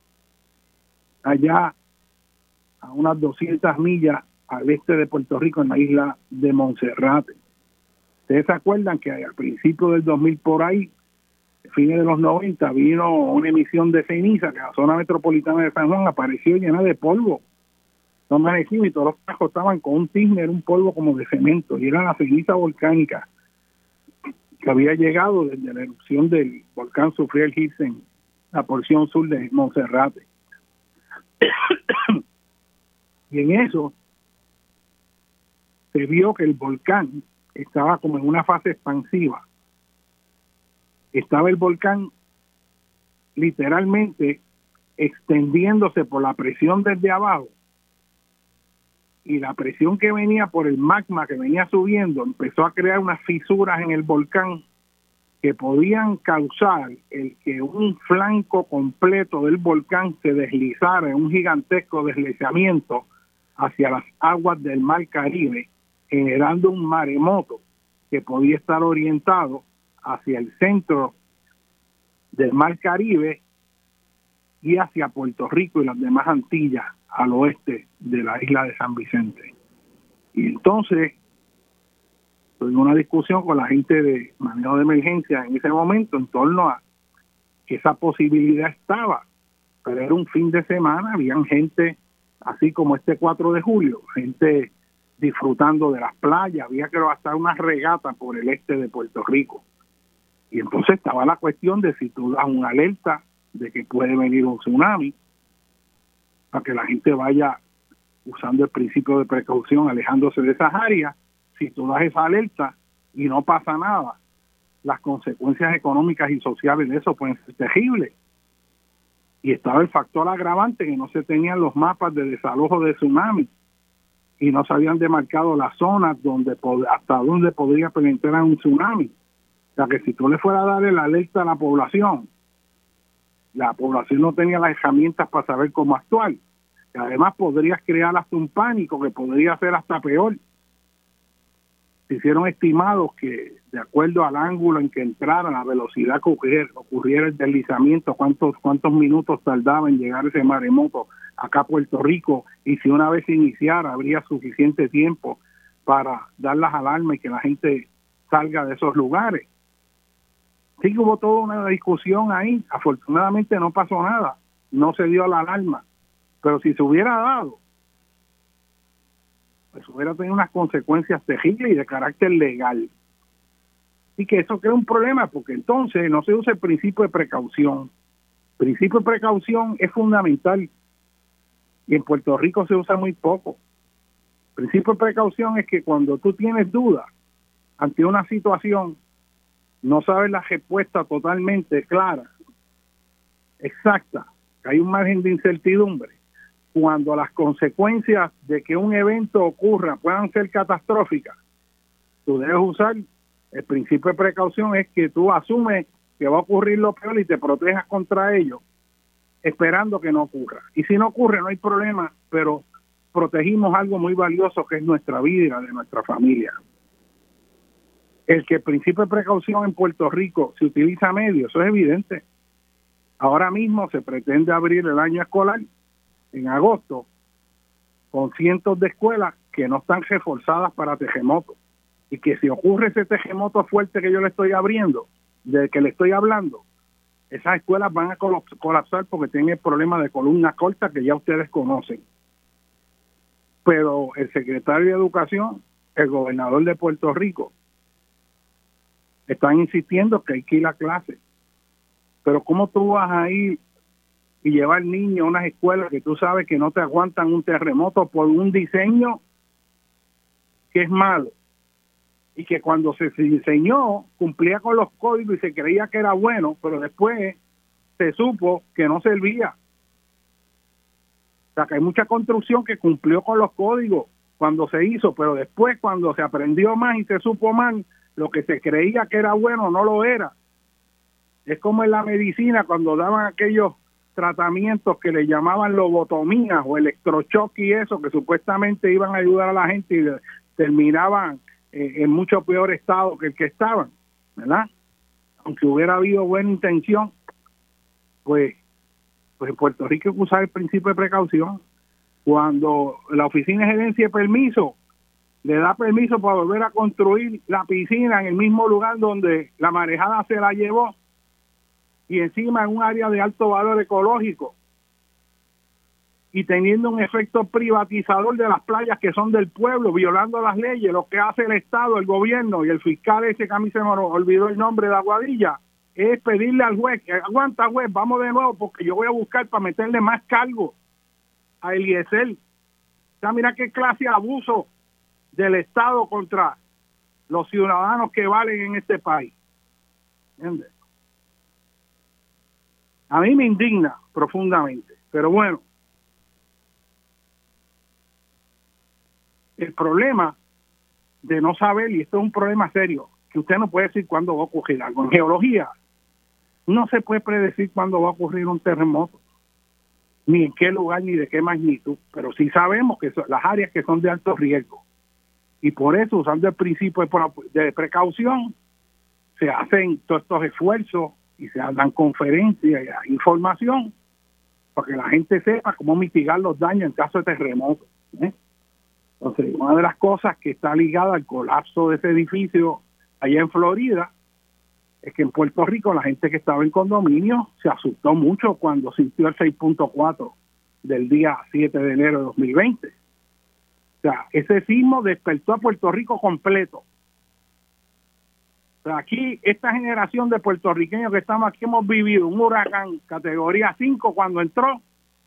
allá a unas doscientas millas al este de Puerto Rico, en la isla de Monserrate. Ustedes se acuerdan que al principio del dos mil por ahí, fines de los noventa, vino una emisión de ceniza que la zona metropolitana de San Juan apareció llena de polvo. No amanecimos y todos los cajos estaban con un tizne, era un polvo como de cemento, y era la ceniza volcánica que había llegado desde la erupción del volcán Soufriere Hills en la porción sur de Monserrate. Y en eso se vio que el volcán estaba como en una fase expansiva. Estaba el volcán literalmente extendiéndose por la presión desde abajo, y la presión que venía por el magma que venía subiendo empezó a crear unas fisuras en el volcán que podían causar el que un flanco completo del volcán se deslizara en un gigantesco deslizamiento hacia las aguas del Mar Caribe, generando un maremoto que podía estar orientado hacia el centro del Mar Caribe y hacia Puerto Rico y las demás Antillas al oeste de la isla de San Vicente. Y entonces tuve una discusión con la gente de manejo de emergencia en ese momento en torno a que esa posibilidad estaba, pero era un fin de semana, habían gente así como este cuatro de julio, gente disfrutando de las playas, había que hasta una regata por el este de Puerto Rico. Y entonces estaba la cuestión de si tú das una alerta de que puede venir un tsunami, para que la gente vaya usando el principio de precaución, alejándose de esas áreas. Si tú das esa alerta y no pasa nada, las consecuencias económicas y sociales de eso pueden ser terribles. Y estaba el factor agravante que no se tenían los mapas de desalojo de tsunami y no se habían demarcado las zonas donde hasta donde podría penetrar un tsunami. O sea que si tú le fueras a dar la alerta a la población, la población no tenía las herramientas para saber cómo actuar. Y además podrías crear hasta un pánico que podría ser hasta peor. Se hicieron estimados que, de acuerdo al ángulo en que entrara, la velocidad que ocurriera, ocurriera el deslizamiento, cuántos cuántos minutos tardaba en llegar ese maremoto acá a Puerto Rico, y si una vez se iniciara, habría suficiente tiempo para dar las alarmas y que la gente salga de esos lugares. Sí que hubo toda una discusión ahí, afortunadamente no pasó nada, no se dio la alarma, pero si se hubiera dado, pues hubiera tenido unas consecuencias terribles y de carácter legal. Y que eso crea un problema, porque entonces no se usa el principio de precaución. El principio de precaución es fundamental, y en Puerto Rico se usa muy poco. El principio de precaución es que cuando tú tienes dudas ante una situación, no sabes la respuesta totalmente clara, exacta, que hay un margen de incertidumbre, cuando las consecuencias de que un evento ocurra puedan ser catastróficas, tú debes usar el principio de precaución, es que tú asumes que va a ocurrir lo peor y te protejas contra ello, esperando que no ocurra. Y si no ocurre, no hay problema, pero protegimos algo muy valioso que es nuestra vida y la de nuestra familia. El que el principio de precaución en Puerto Rico se utiliza a medio, eso es evidente. Ahora mismo se pretende abrir el año escolar en agosto con cientos de escuelas que no están reforzadas para terremotos, y que si ocurre ese terremoto fuerte que yo le estoy abriendo, del que le estoy hablando, esas escuelas van a colapsar porque tienen el problema de columna corta que ya ustedes conocen. Pero el secretario de Educación, el gobernador de Puerto Rico, están insistiendo que hay que ir a clase. Pero ¿cómo tú vas a ir y llevar niños a unas escuelas que tú sabes que no te aguantan un terremoto por un diseño que es malo? Y que cuando se diseñó cumplía con los códigos y se creía que era bueno, pero después se supo que no servía. O sea, que hay mucha construcción que cumplió con los códigos cuando se hizo, pero después cuando se aprendió más y se supo mal, lo que se creía que era bueno no lo era. Es como en la medicina cuando daban aquellos tratamientos que le llamaban lobotomías o electroshock y eso, que supuestamente iban a ayudar a la gente y terminaban eh, en mucho peor estado que el que estaban, ¿verdad? Aunque hubiera habido buena intención, pues, pues en Puerto Rico hay que usar el principio de precaución. Cuando la Oficina de Gerencia de Permiso le da permiso para volver a construir la piscina en el mismo lugar donde la marejada se la llevó, y encima en un área de alto valor ecológico, y teniendo un efecto privatizador de las playas que son del pueblo, violando las leyes, lo que hace el Estado, el gobierno y el fiscal ese que a mí se me olvidó el nombre de Aguadilla, es pedirle al juez, que aguanta juez, vamos de nuevo porque yo voy a buscar para meterle más cargo a Eliezer. O sea, mira qué clase de abuso del Estado contra los ciudadanos que valen en este país. ¿Entiendes? A mí me indigna profundamente, pero bueno, el problema de no saber, y esto es un problema serio, que usted no puede decir cuándo va a ocurrir algo. En geología no se puede predecir cuándo va a ocurrir un terremoto, ni en qué lugar, ni de qué magnitud, pero sí sabemos que son las áreas que son de alto riesgo. Y por eso, usando el principio de precaución, se hacen todos estos esfuerzos y se dan conferencias y información para que la gente sepa cómo mitigar los daños en caso de terremoto. ¿eh? Entonces, una de las cosas que está ligada al colapso de ese edificio allá en Florida es que en Puerto Rico la gente que estaba en condominio se asustó mucho cuando sintió el seis punto cuatro del día siete de enero de dos mil veinte. O sea, ese sismo despertó a Puerto Rico completo. O sea, aquí, esta generación de puertorriqueños que estamos aquí hemos vivido un huracán categoría cinco cuando entró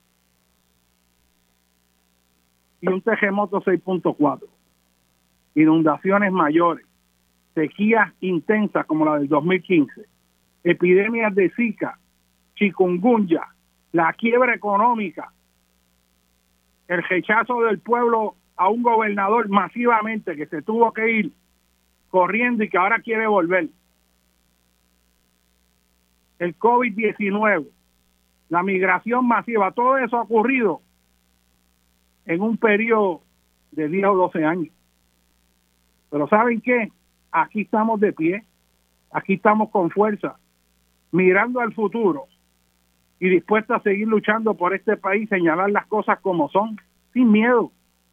y un terremoto seis punto cuatro. Inundaciones mayores, sequías intensas como la del dos mil quince, epidemias de Zika, chikungunya, la quiebra económica, el rechazo del pueblo a un gobernador masivamente que se tuvo que ir corriendo y que ahora quiere volver, el COVID diecinueve, la migración masiva, todo eso ha ocurrido en un periodo de diez o doce años. Pero ¿saben qué? Aquí estamos de pie, aquí estamos con fuerza, mirando al futuro y dispuestos a seguir luchando por este país, señalar las cosas como son, sin miedo.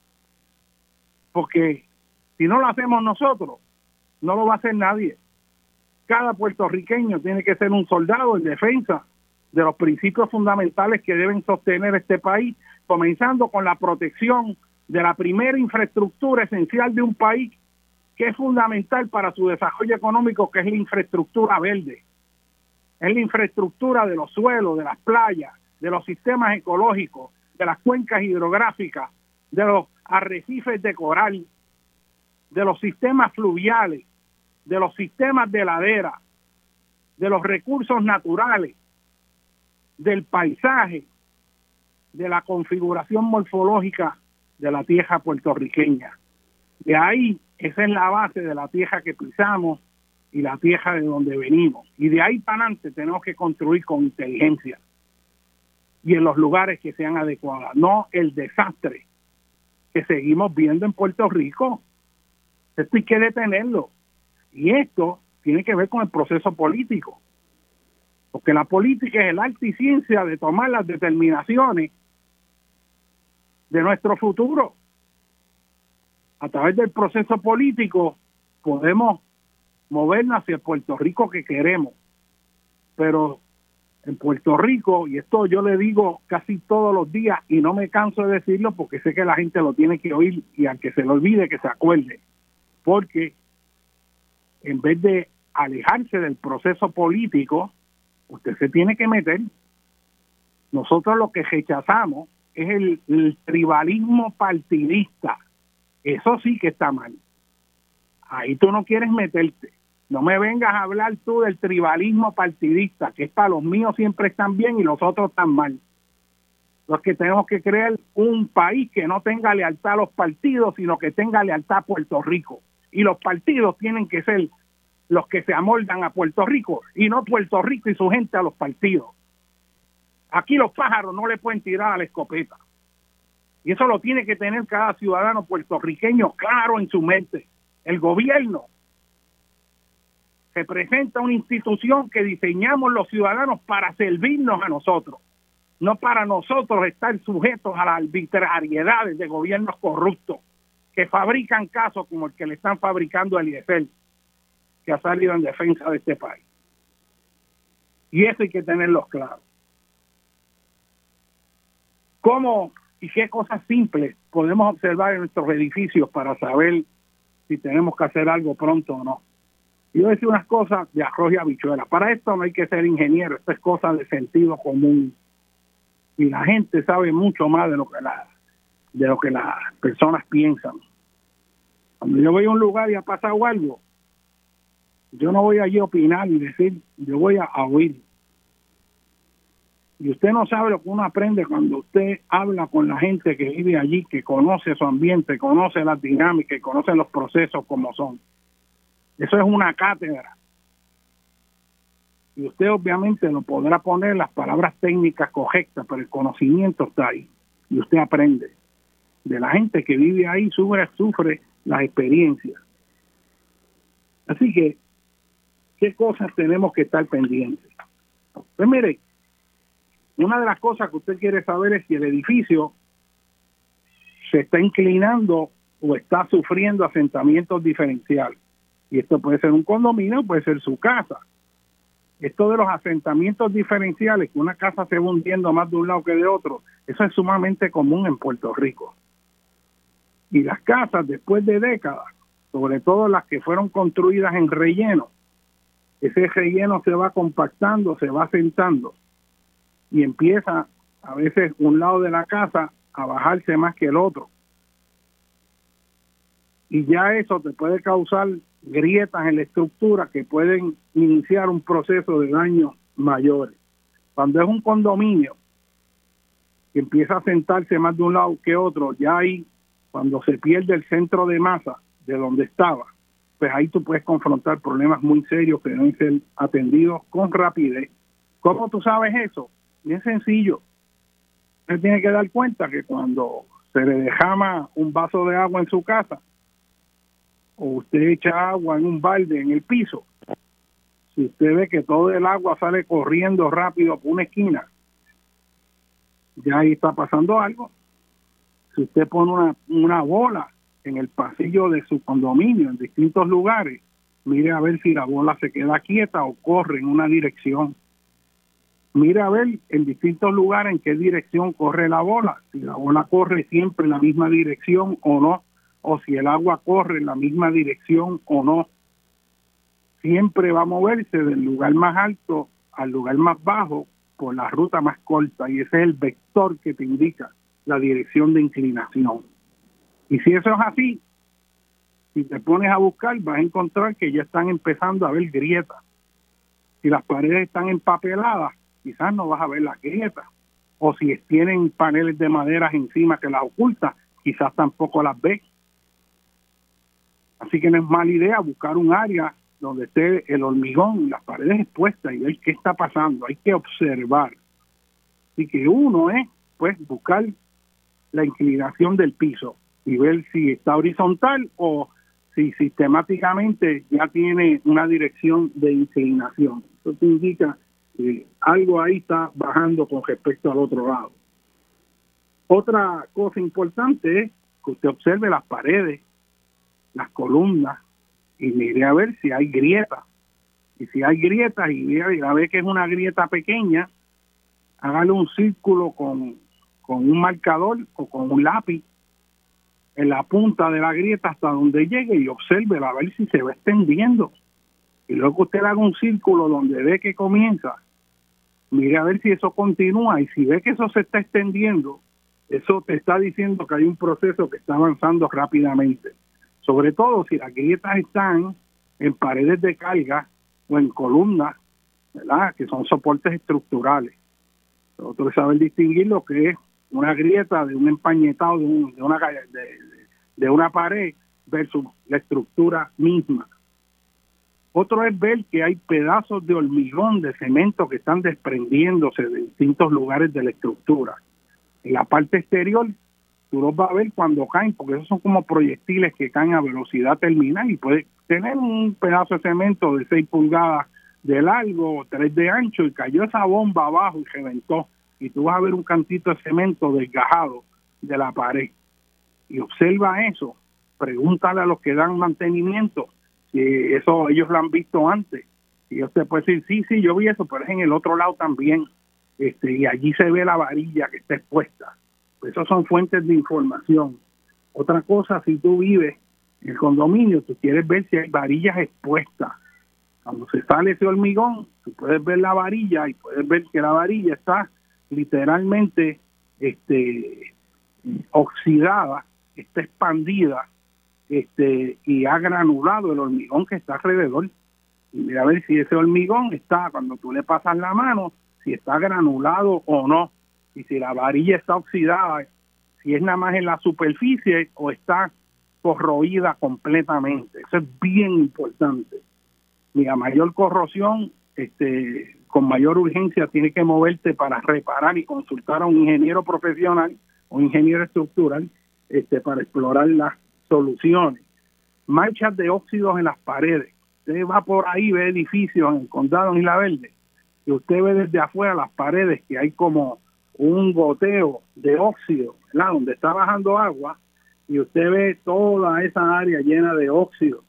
Porque si no lo hacemos nosotros, no lo va a hacer nadie. Cada puertorriqueño tiene que ser un soldado en defensa de los principios fundamentales que deben sostener este país, comenzando con la protección de la primera infraestructura esencial de un país que es fundamental para su desarrollo económico, que es la infraestructura verde. Es la infraestructura de los suelos, de las playas, de los sistemas ecológicos, de las cuencas hidrográficas, de los arrecifes de coral, de los sistemas fluviales, de los sistemas de ladera, de los recursos naturales, del paisaje, de la configuración morfológica de la tierra puertorriqueña. De ahí, esa es la base de la tierra que pisamos y la tierra de donde venimos. Y de ahí para adelante tenemos que construir con inteligencia y en los lugares que sean adecuados, no el desastre que seguimos viendo en Puerto Rico. Esto hay que detenerlo. Y esto tiene que ver con el proceso político. Porque la política es el arte y ciencia de tomar las determinaciones de nuestro futuro. A través del proceso político podemos movernos hacia el Puerto Rico que queremos. Pero en Puerto Rico, y esto yo le digo casi todos los días y no me canso de decirlo porque sé que la gente lo tiene que oír y al que se lo olvide que se acuerde. Porque en vez de alejarse del proceso político, usted se tiene que meter. Nosotros lo que rechazamos es el, el tribalismo partidista. Eso sí que está mal. Ahí tú no quieres meterte. No me vengas a hablar tú del tribalismo partidista, que es para los míos siempre están bien y los otros están mal. Los que tenemos que crear un país que no tenga lealtad a los partidos, sino que tenga lealtad a Puerto Rico. Y los partidos tienen que ser los que se amoldan a Puerto Rico y no Puerto Rico y su gente a los partidos. Aquí los pájaros no le pueden tirar a la escopeta. Y eso lo tiene que tener cada ciudadano puertorriqueño claro en su mente. El gobierno representa una institución que diseñamos los ciudadanos para servirnos a nosotros, no para nosotros estar sujetos a las arbitrariedades de gobiernos corruptos que fabrican casos como el que le están fabricando a Eliezer, que ha salido en defensa de este país. Y eso hay que tenerlo claro. ¿Cómo y qué cosas simples podemos observar en nuestros edificios para saber si tenemos que hacer algo pronto o no? Yo decía unas cosas de arroz y habichuela. Para esto no hay que ser ingeniero, esto es cosa de sentido común. Y la gente sabe mucho más de lo que la, de lo que las personas piensan. Cuando yo voy a un lugar y ha pasado algo, yo no voy allí a opinar y decir, yo voy a, a oír. Y usted no sabe lo que uno aprende cuando usted habla con la gente que vive allí, que conoce su ambiente, conoce las dinámicas y conoce los procesos como son. Eso es una cátedra. Y usted obviamente no podrá poner las palabras técnicas correctas, pero el conocimiento está ahí. Y usted aprende. De la gente que vive ahí, sufre, sufre las experiencias. Así que, ¿qué cosas tenemos que estar pendientes? Pues mire, una de las cosas que usted quiere saber es si el edificio se está inclinando o está sufriendo asentamientos diferenciales. Y esto puede ser un condominio, puede ser su casa. Esto de los asentamientos diferenciales, que una casa se va hundiendo más de un lado que de otro, eso es sumamente común en Puerto Rico. Y las casas, después de décadas, sobre todo las que fueron construidas en relleno, ese relleno se va compactando, se va asentando y empieza a veces un lado de la casa a bajarse más que el otro. Y ya eso te puede causar grietas en la estructura que pueden iniciar un proceso de daños mayores. Cuando es un condominio que empieza a sentarse más de un lado que otro, ya ahí, cuando se pierde el centro de masa de donde estaba, pues ahí tú puedes confrontar problemas muy serios que deben ser atendidos con rapidez. ¿Cómo tú sabes eso? Bien sencillo. Usted tiene que dar cuenta que cuando se le derrama un vaso de agua en su casa, o usted echa agua en un balde en el piso, si usted ve que todo el agua sale corriendo rápido por una esquina, ya ahí está pasando algo. Si usted pone una, una bola en el pasillo de su condominio en distintos lugares, mire a ver si la bola se queda quieta o corre en una dirección. Mire a ver en distintos lugares en qué dirección corre la bola, si la bola corre siempre en la misma dirección o no, o si el agua corre en la misma dirección o no. Siempre va a moverse del lugar más alto al lugar más bajo por la ruta más corta, y ese es el vector que te indica la dirección de inclinación. Y si eso es así, si te pones a buscar, vas a encontrar que ya están empezando a haber grietas. Si las paredes están empapeladas, quizás no vas a ver las grietas. O si tienen paneles de madera encima que las ocultan, quizás tampoco las ves. Así que no es mala idea buscar un área donde esté el hormigón, las paredes expuestas, y ver qué está pasando. Hay que observar. Así que uno es, pues, buscar la inclinación del piso y ver si está horizontal o si sistemáticamente ya tiene una dirección de inclinación. Eso te indica que algo ahí está bajando con respecto al otro lado. Otra cosa importante es que usted observe las paredes, las columnas, y mire a ver si hay grietas. Y si hay grietas y mire a ver que es una grieta pequeña, hágale un círculo con, con un marcador o con un lápiz en la punta de la grieta hasta donde llegue y observe a ver si se va extendiendo. Y luego usted haga un círculo donde ve que comienza, mire a ver si eso continúa, y si ve que eso se está extendiendo, eso te está diciendo que hay un proceso que está avanzando rápidamente. Sobre todo si las grietas están en paredes de carga o en columnas, ¿verdad?, que son soportes estructurales. Nosotros saben distinguir lo que es una grieta de un empañetado de, un, de, una, de, de una pared versus la estructura misma. Otro es ver que hay pedazos de hormigón, de cemento que están desprendiéndose de distintos lugares de la estructura. En la parte exterior, tú los vas a ver cuando caen, porque esos son como proyectiles que caen a velocidad terminal y puede tener un pedazo de cemento de seis pulgadas de largo o tres de ancho y cayó esa bomba abajo y reventó. Y tú vas a ver un cantito de cemento desgajado de la pared. Y observa eso, pregúntale a los que dan mantenimiento si eso ellos lo han visto antes. Y ellos te pueden decir, sí, sí, yo vi eso, pero es en el otro lado también. Este, y allí se ve la varilla que está expuesta. Pues esos son fuentes de información. Otra cosa, si tú vives en el condominio, tú quieres ver si hay varillas expuestas. Cuando se sale ese hormigón, tú puedes ver la varilla y puedes ver que la varilla está literalmente este, oxidada, está expandida, este, y ha granulado el hormigón que está alrededor. Y mira a ver si ese hormigón está, cuando tú le pasas la mano, si está granulado o no, y si la varilla está oxidada, si es nada más en la superficie o está corroída completamente. Eso es bien importante. Y a mayor corrosión, este, con mayor urgencia tienes que moverte para reparar y consultar a un ingeniero profesional o ingeniero estructural este, para explorar las soluciones. Manchas de óxidos en las paredes. Usted va por ahí, ve edificios en el condado en Isla Verde, y usted ve desde afuera las paredes que hay como un goteo de óxido, ¿verdad? Donde está bajando agua, y usted ve toda esa área llena de óxido.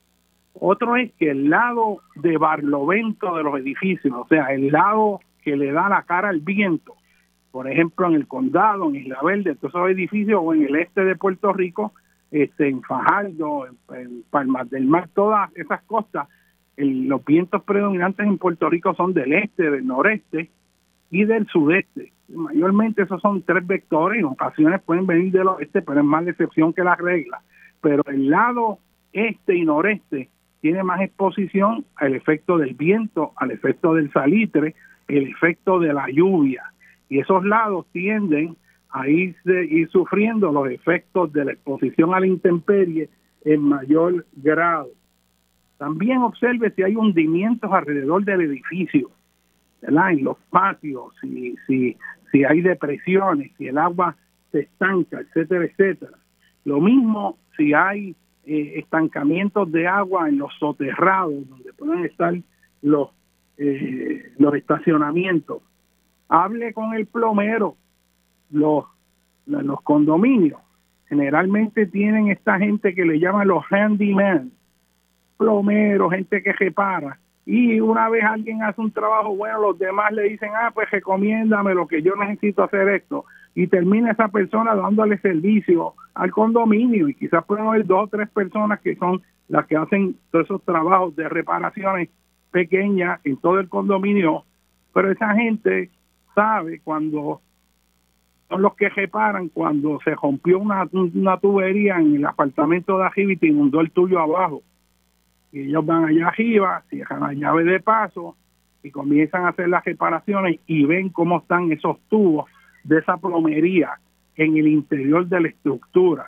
Otro es que el lado de barlovento de los edificios, o sea, el lado que le da la cara al viento, por ejemplo, en el condado, en Isla Verde, en todos esos edificios, o en el este de Puerto Rico, este, en Fajardo, en, en Palmas del Mar, todas esas costas, el, los vientos predominantes en Puerto Rico son del este, del noreste y del sudeste. Mayormente esos son tres vectores, en ocasiones pueden venir del oeste, pero es más la excepción que la regla. Pero el lado este y noreste tiene más exposición al efecto del viento, al efecto del salitre, el efecto de la lluvia. Y esos lados tienden a irse, ir sufriendo los efectos de la exposición a la intemperie en mayor grado. También observe si hay hundimientos alrededor del edificio, ¿verdad? En los patios, si, si, si hay depresiones, si el agua se estanca, etcétera, etcétera. Lo mismo si hay eh, estancamientos de agua en los soterrados, donde pueden estar los, eh, los estacionamientos. Hable con el plomero. Los, los condominios generalmente tienen esta gente que le llaman los handyman, plomeros, gente que repara, y una vez alguien hace un trabajo bueno, los demás le dicen, ah, pues recomiéndame lo que yo necesito hacer esto, y termina esa persona dándole servicio al condominio, y quizás pueden haber dos o tres personas que son las que hacen todos esos trabajos de reparaciones pequeñas en todo el condominio, pero esa gente sabe cuando son los que reparan cuando se rompió una, una tubería en el apartamento de arriba y te inundó el tuyo abajo. Y ellos van allá arriba, cierran la llave de paso y comienzan a hacer las reparaciones y ven cómo están esos tubos de esa plomería en el interior de la estructura.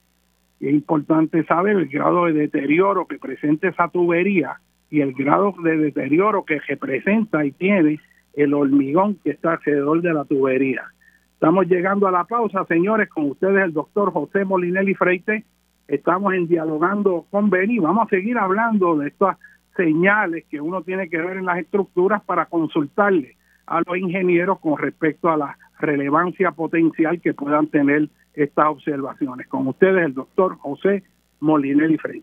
Y es importante saber el grado de deterioro que presenta esa tubería y el grado de deterioro que representa y tiene el hormigón que está alrededor de la tubería. Estamos llegando a la pausa, señores, con ustedes el doctor José Molinelli Freite. Estamos en Dialogando con Beni. Vamos a seguir hablando de estas señales que uno tiene que ver en las estructuras para consultarle a los ingenieros con respecto a la relevancia potencial que puedan tener estas observaciones. Con ustedes el doctor José Molinelli Freite.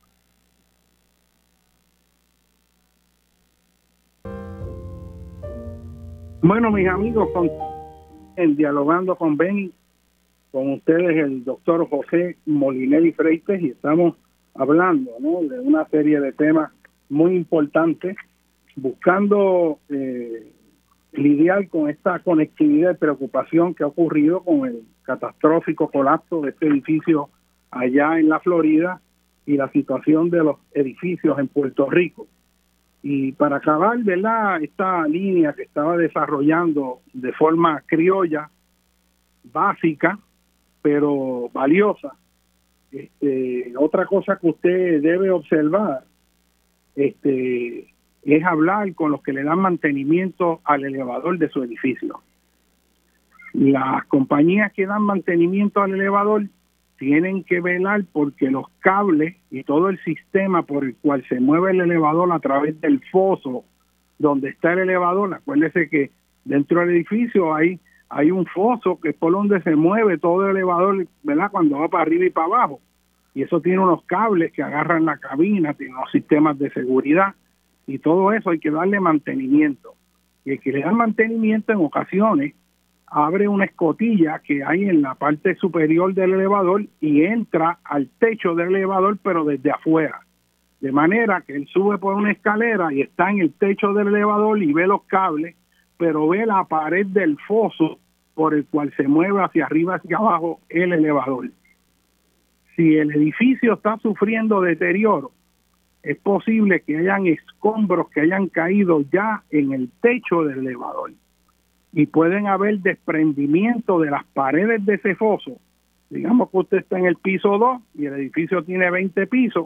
Bueno, mis amigos, con en Dialogando con Beni, con ustedes el doctor José Molinelli Freite, y estamos hablando, ¿no?, de una serie de temas muy importantes, buscando eh, lidiar con esta conectividad y preocupación que ha ocurrido con el catastrófico colapso de este edificio allá en la Florida y la situación de los edificios en Puerto Rico. Y para acabar, ¿verdad?, esta línea que estaba desarrollando de forma criolla básica, pero valiosa. Este, otra cosa que usted debe observar este, es hablar con los que le dan mantenimiento al elevador de su edificio. Las compañías que dan mantenimiento al elevador tienen que velar porque los cables y todo el sistema por el cual se mueve el elevador a través del foso donde está el elevador, acuérdese que dentro del edificio hay, hay un foso que es por donde se mueve todo el elevador, ¿verdad? Cuando va para arriba y para abajo. Y eso tiene unos cables que agarran la cabina, tiene unos sistemas de seguridad y todo eso hay que darle mantenimiento. Y el que le da mantenimiento en ocasiones abre una escotilla que hay en la parte superior del elevador y entra al techo del elevador, pero desde afuera. De manera que él sube por una escalera y está en el techo del elevador y ve los cables, pero ve la pared del foso por el cual se mueve hacia arriba, hacia abajo el elevador. Si el edificio está sufriendo deterioro, es posible que hayan escombros que hayan caído ya en el techo del elevador. Y pueden haber desprendimiento de las paredes de ese foso. Digamos que usted está en el piso dos y el edificio tiene veinte pisos,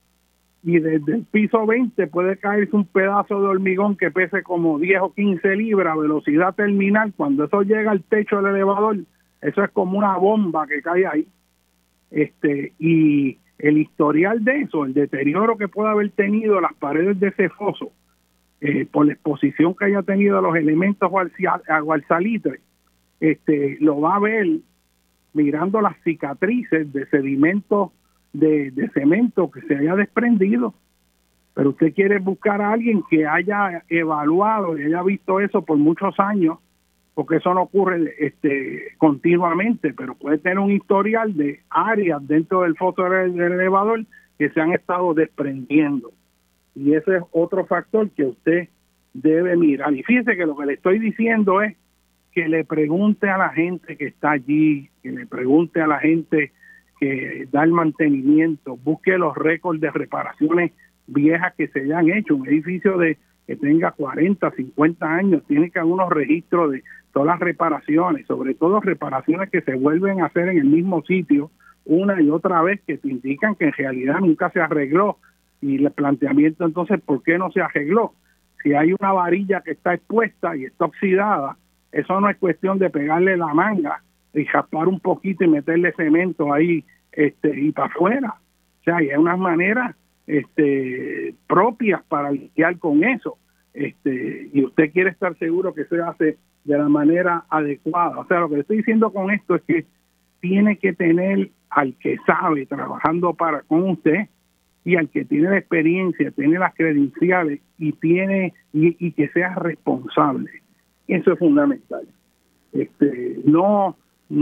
y desde el piso veinte puede caerse un pedazo de hormigón que pese como diez o quince libras a velocidad terminal. Cuando eso llega al techo del elevador, eso es como una bomba que cae ahí. Este, y el historial de eso, el deterioro que puede haber tenido las paredes de ese foso, Eh, por la exposición que haya tenido a los elementos o al, o al salitre, este, lo va a ver mirando las cicatrices de sedimentos de, de cemento que se haya desprendido. Pero usted quiere buscar a alguien que haya evaluado y haya visto eso por muchos años, porque eso no ocurre este, continuamente, pero puede tener un historial de áreas dentro del foso del elevador que se han estado desprendiendo. Y ese es otro factor que usted debe mirar. Y fíjese que lo que le estoy diciendo es que le pregunte a la gente que está allí, que le pregunte a la gente que da el mantenimiento, busque los récords de reparaciones viejas que se hayan hecho. Un edificio de que tenga cuarenta, cincuenta años, tiene que haber unos registros de todas las reparaciones, sobre todo reparaciones que se vuelven a hacer en el mismo sitio una y otra vez, que te indican que en realidad nunca se arregló. Y el planteamiento entonces, ¿por qué no se arregló? Si hay una varilla que está expuesta y está oxidada, eso no es cuestión de pegarle la manga y raspar un poquito y meterle cemento ahí este, y para afuera. O sea, hay unas maneras este, propias para lidiar con eso. Este, y usted quiere estar seguro que se hace de la manera adecuada. O sea, lo que le estoy diciendo con esto es que tiene que tener al que sabe trabajando para con usted, y al que tiene la experiencia, tiene las credenciales y tiene y, y que sea responsable. Eso es fundamental. Este, no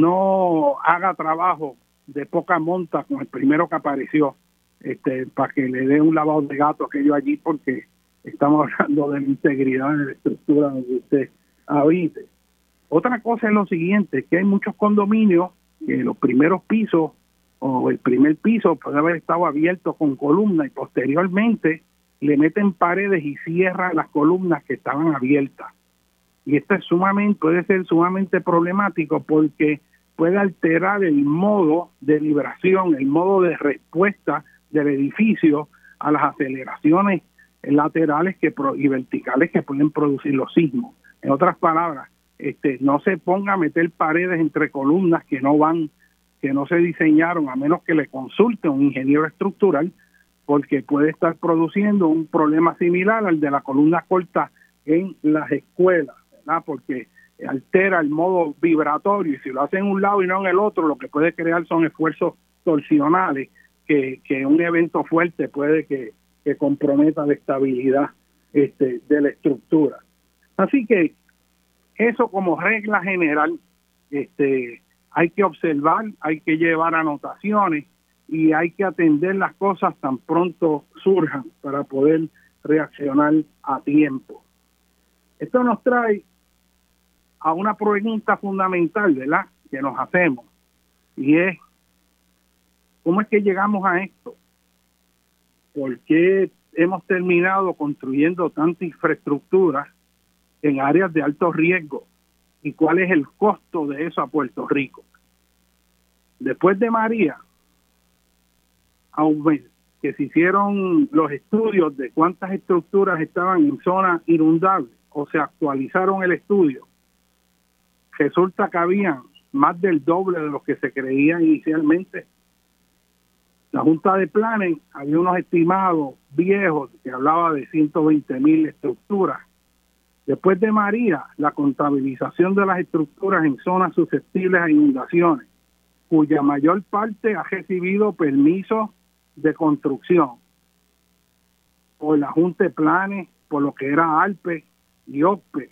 no haga trabajo de poca monta con el primero que apareció, este, para que le dé un lavado de gato aquello allí, porque estamos hablando de la integridad de la estructura donde usted habite. Otra cosa es lo siguiente, que hay muchos condominios que los primeros pisos o el primer piso puede haber estado abierto con columnas y posteriormente le meten paredes y cierran las columnas que estaban abiertas. Y esto es sumamente, puede ser sumamente problemático porque puede alterar el modo de vibración, el modo de respuesta del edificio a las aceleraciones laterales que y verticales que pueden producir los sismos. En otras palabras, este, no se ponga a meter paredes entre columnas que no van, que no se diseñaron, a menos que le consulte a un ingeniero estructural, porque puede estar produciendo un problema similar al de la columna corta en las escuelas, ¿verdad? Porque altera el modo vibratorio, y si lo hace en un lado y no en el otro, lo que puede crear son esfuerzos torsionales que, que un evento fuerte puede que, que comprometa la estabilidad este, de la estructura. Así que eso como regla general, este hay que observar, hay que llevar anotaciones y hay que atender las cosas tan pronto surjan para poder reaccionar a tiempo. Esto nos trae a una pregunta fundamental, ¿verdad?, que nos hacemos, y es, ¿cómo es que llegamos a esto? ¿Por qué hemos terminado construyendo tanta infraestructura en áreas de alto riesgo? y cuál es el costo de eso a Puerto Rico. Después de María, que se hicieron los estudios de cuántas estructuras estaban en zonas inundables, o se actualizaron el estudio, resulta que había más del doble de lo que se creía inicialmente. La Junta de Planes había unos estimados viejos que hablaba de ciento veinte mil estructuras. Después de María, la contabilización de las estructuras en zonas susceptibles a inundaciones, cuya mayor parte ha recibido permisos de construcción por la Junta de Planes, por lo que era ALPE y OPE.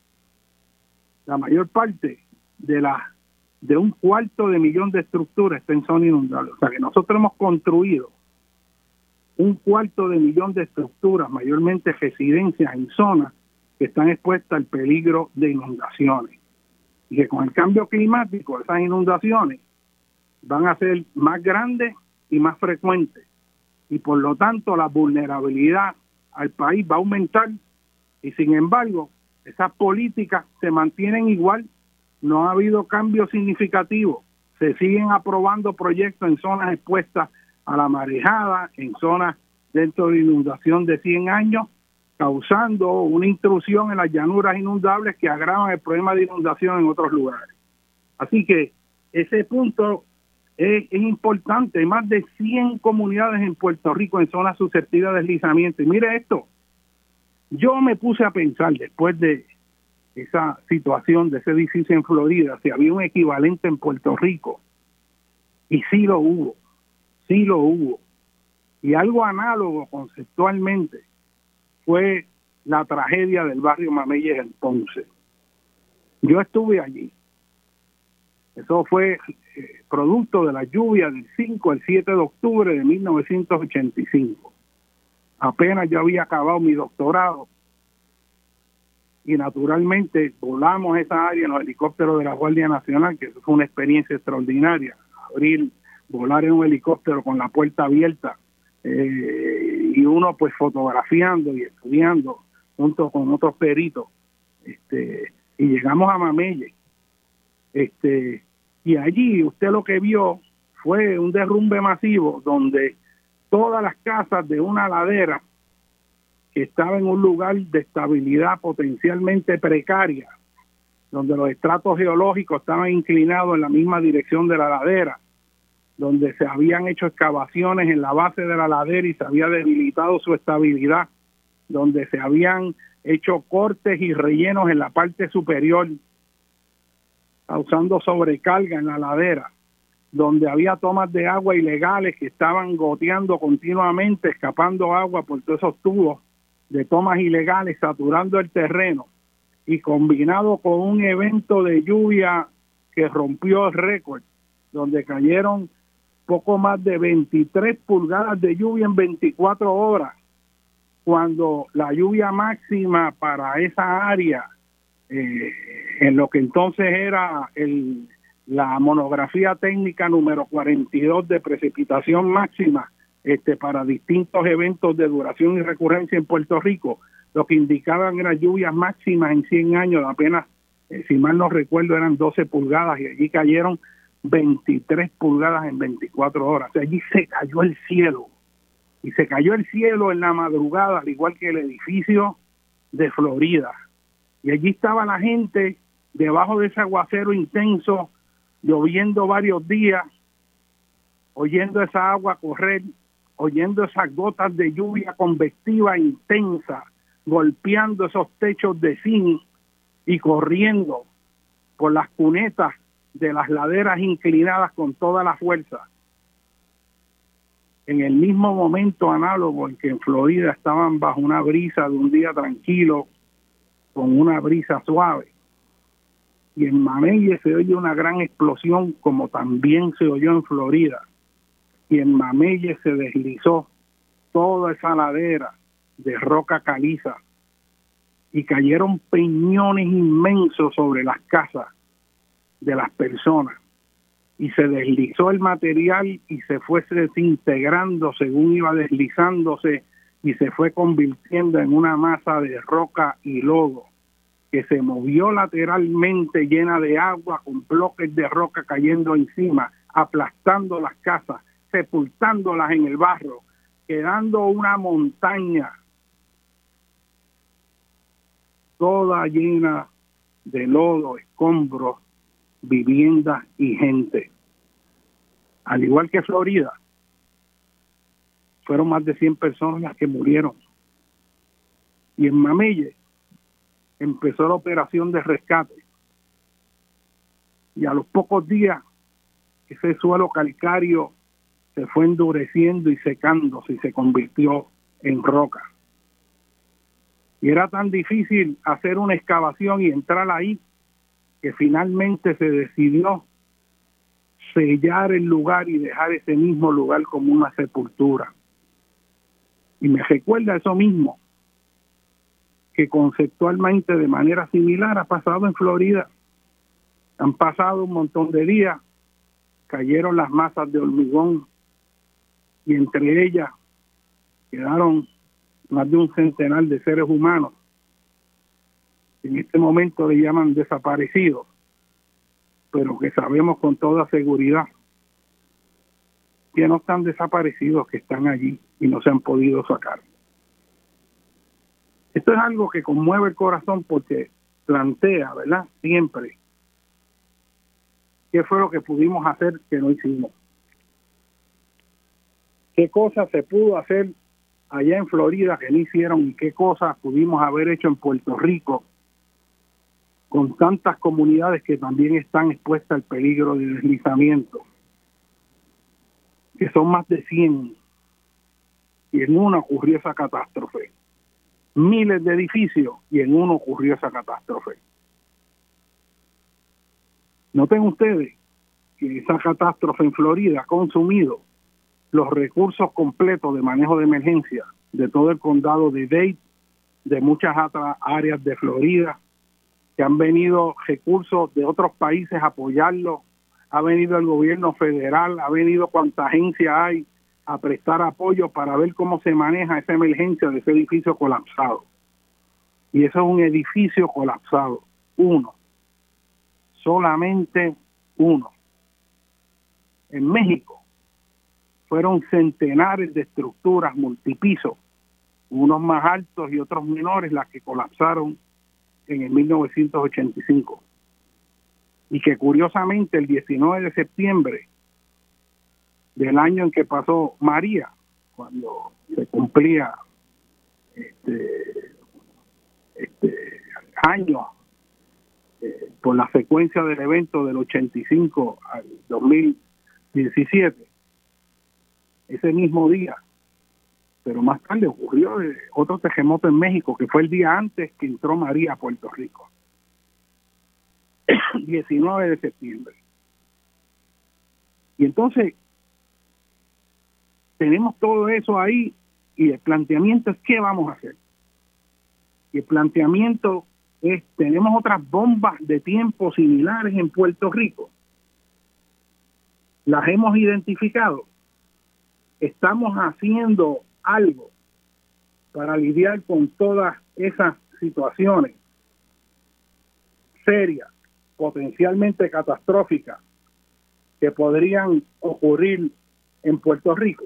La mayor parte de las de un cuarto de millón de estructuras está en zona inundable. O sea que nosotros hemos construido un cuarto de millón de estructuras, mayormente residencias en zonas que están expuestas al peligro de inundaciones. Y que con el cambio climático, esas inundaciones van a ser más grandes y más frecuentes. Y por lo tanto, la vulnerabilidad al país va a aumentar. Y sin embargo, esas políticas se mantienen igual. No ha habido cambios significativos. Se siguen aprobando proyectos en zonas expuestas a la marejada, en zonas dentro de inundación de cien años, causando una intrusión en las llanuras inundables que agravan el problema de inundación en otros lugares. Así que ese punto es, es importante. Hay más de cien comunidades en Puerto Rico en zonas susceptibles de deslizamiento. Y mire esto, yo me puse a pensar después de esa situación de ese edificio en Florida, si había un equivalente en Puerto Rico, y sí lo hubo, sí lo hubo. Y algo análogo conceptualmente fue la tragedia del barrio Mameyes en Ponce. Yo estuve allí. Eso fue eh, producto de la lluvia del cinco al siete de octubre de mil novecientos ochenta y cinco. Apenas yo había acabado mi doctorado y naturalmente volamos esa área en los helicópteros de la Guardia Nacional, que fue una experiencia extraordinaria. Abrir, volar en un helicóptero con la puerta abierta eh, y uno pues fotografiando y estudiando junto con otros peritos. Este, y llegamos a Mameyes. Este, y allí usted lo que vio fue un derrumbe masivo donde todas las casas de una ladera que estaba en un lugar de estabilidad potencialmente precaria, donde los estratos geológicos estaban inclinados en la misma dirección de la ladera, donde se habían hecho excavaciones en la base de la ladera y se había debilitado su estabilidad, donde se habían hecho cortes y rellenos en la parte superior, causando sobrecarga en la ladera, donde había tomas de agua ilegales que estaban goteando continuamente, escapando agua por todos esos tubos de tomas ilegales, saturando el terreno, y combinado con un evento de lluvia que rompió el récord, donde cayeron poco más de veintitrés pulgadas de lluvia en veinticuatro horas, cuando la lluvia máxima para esa área, eh, en lo que entonces era el, la monografía técnica número cuarenta y dos de precipitación máxima, Este, para distintos eventos de duración y recurrencia en Puerto Rico, lo que indicaban eran lluvias máximas en cien años, apenas, eh, si mal no recuerdo, eran doce pulgadas, y allí cayeron veintitrés pulgadas en veinticuatro horas. O sea, allí se cayó el cielo, y se cayó el cielo en la madrugada, al igual que el edificio de Florida. Y allí estaba la gente debajo de ese aguacero intenso, lloviendo varios días, oyendo esa agua correr, oyendo esas gotas de lluvia convectiva intensa, golpeando esos techos de zinc y corriendo por las cunetas de las laderas inclinadas con toda la fuerza. En el mismo momento análogo en que en Florida estaban bajo una brisa de un día tranquilo, con una brisa suave, y en Mameyes se oye una gran explosión, como también se oyó en Florida. Y en Mameyes se deslizó toda esa ladera de roca caliza y cayeron peñones inmensos sobre las casas de las personas, y se deslizó el material y se fue desintegrando según iba deslizándose, y se fue convirtiendo en una masa de roca y lodo. que se movió lateralmente llena de agua con bloques de roca cayendo encima, aplastando las casas, sepultándolas en el barro, quedando una montaña toda llena de lodo, escombros, viviendas y gente. Al igual que Florida, fueron más de cien personas las que murieron. Y en Mamelle empezó la operación de rescate. Y a los pocos días, ese suelo calcáreo se fue endureciendo y secándose y se convirtió en roca. Y era tan difícil hacer una excavación y entrar ahí que finalmente se decidió sellar el lugar y dejar ese mismo lugar como una sepultura. Y me recuerda eso mismo, que conceptualmente de manera similar ha pasado en Florida. Han pasado un montón de días, cayeron las masas de hormigón y entre ellas quedaron más de un centenar de seres humanos. En este momento le llaman desaparecidos, pero que sabemos con toda seguridad que no están desaparecidos, que están allí y no se han podido sacar. Esto es algo que conmueve el corazón porque plantea, ¿verdad?, siempre qué fue lo que pudimos hacer que no hicimos. Qué cosas se pudo hacer allá en Florida que no hicieron y qué cosas pudimos haber hecho en Puerto Rico con tantas comunidades que también están expuestas al peligro de deslizamiento, que son más de cien, y en una ocurrió esa catástrofe. Miles de edificios y en uno ocurrió esa catástrofe. Noten ustedes que esa catástrofe en Florida ha consumido los recursos completos de manejo de emergencia de todo el condado de Dade, de muchas otras áreas de Florida, que han venido recursos de otros países a apoyarlo, ha venido el gobierno federal, ha venido cuanta agencia hay a prestar apoyo para ver cómo se maneja esa emergencia de ese edificio colapsado. Y eso es un edificio colapsado, uno, solamente uno. En México fueron centenares de estructuras multipisos, unos más altos y otros menores, las que colapsaron en el mil novecientos ochenta y cinco. Y que curiosamente el diecinueve de septiembre del año en que pasó María, cuando se cumplía este, este año eh, por la secuencia del evento del ochenta y cinco al dos mil diecisiete, ese mismo día, pero más tarde ocurrió otro terremoto en México, que fue el día antes que entró María a Puerto Rico, diecinueve de septiembre. Y entonces tenemos todo eso ahí y el planteamiento es ¿qué vamos a hacer? Y el planteamiento es, tenemos otras bombas de tiempo similares en Puerto Rico, las hemos identificado, estamos haciendo algo para lidiar con todas esas situaciones serias, potencialmente catastróficas, que podrían ocurrir en Puerto Rico.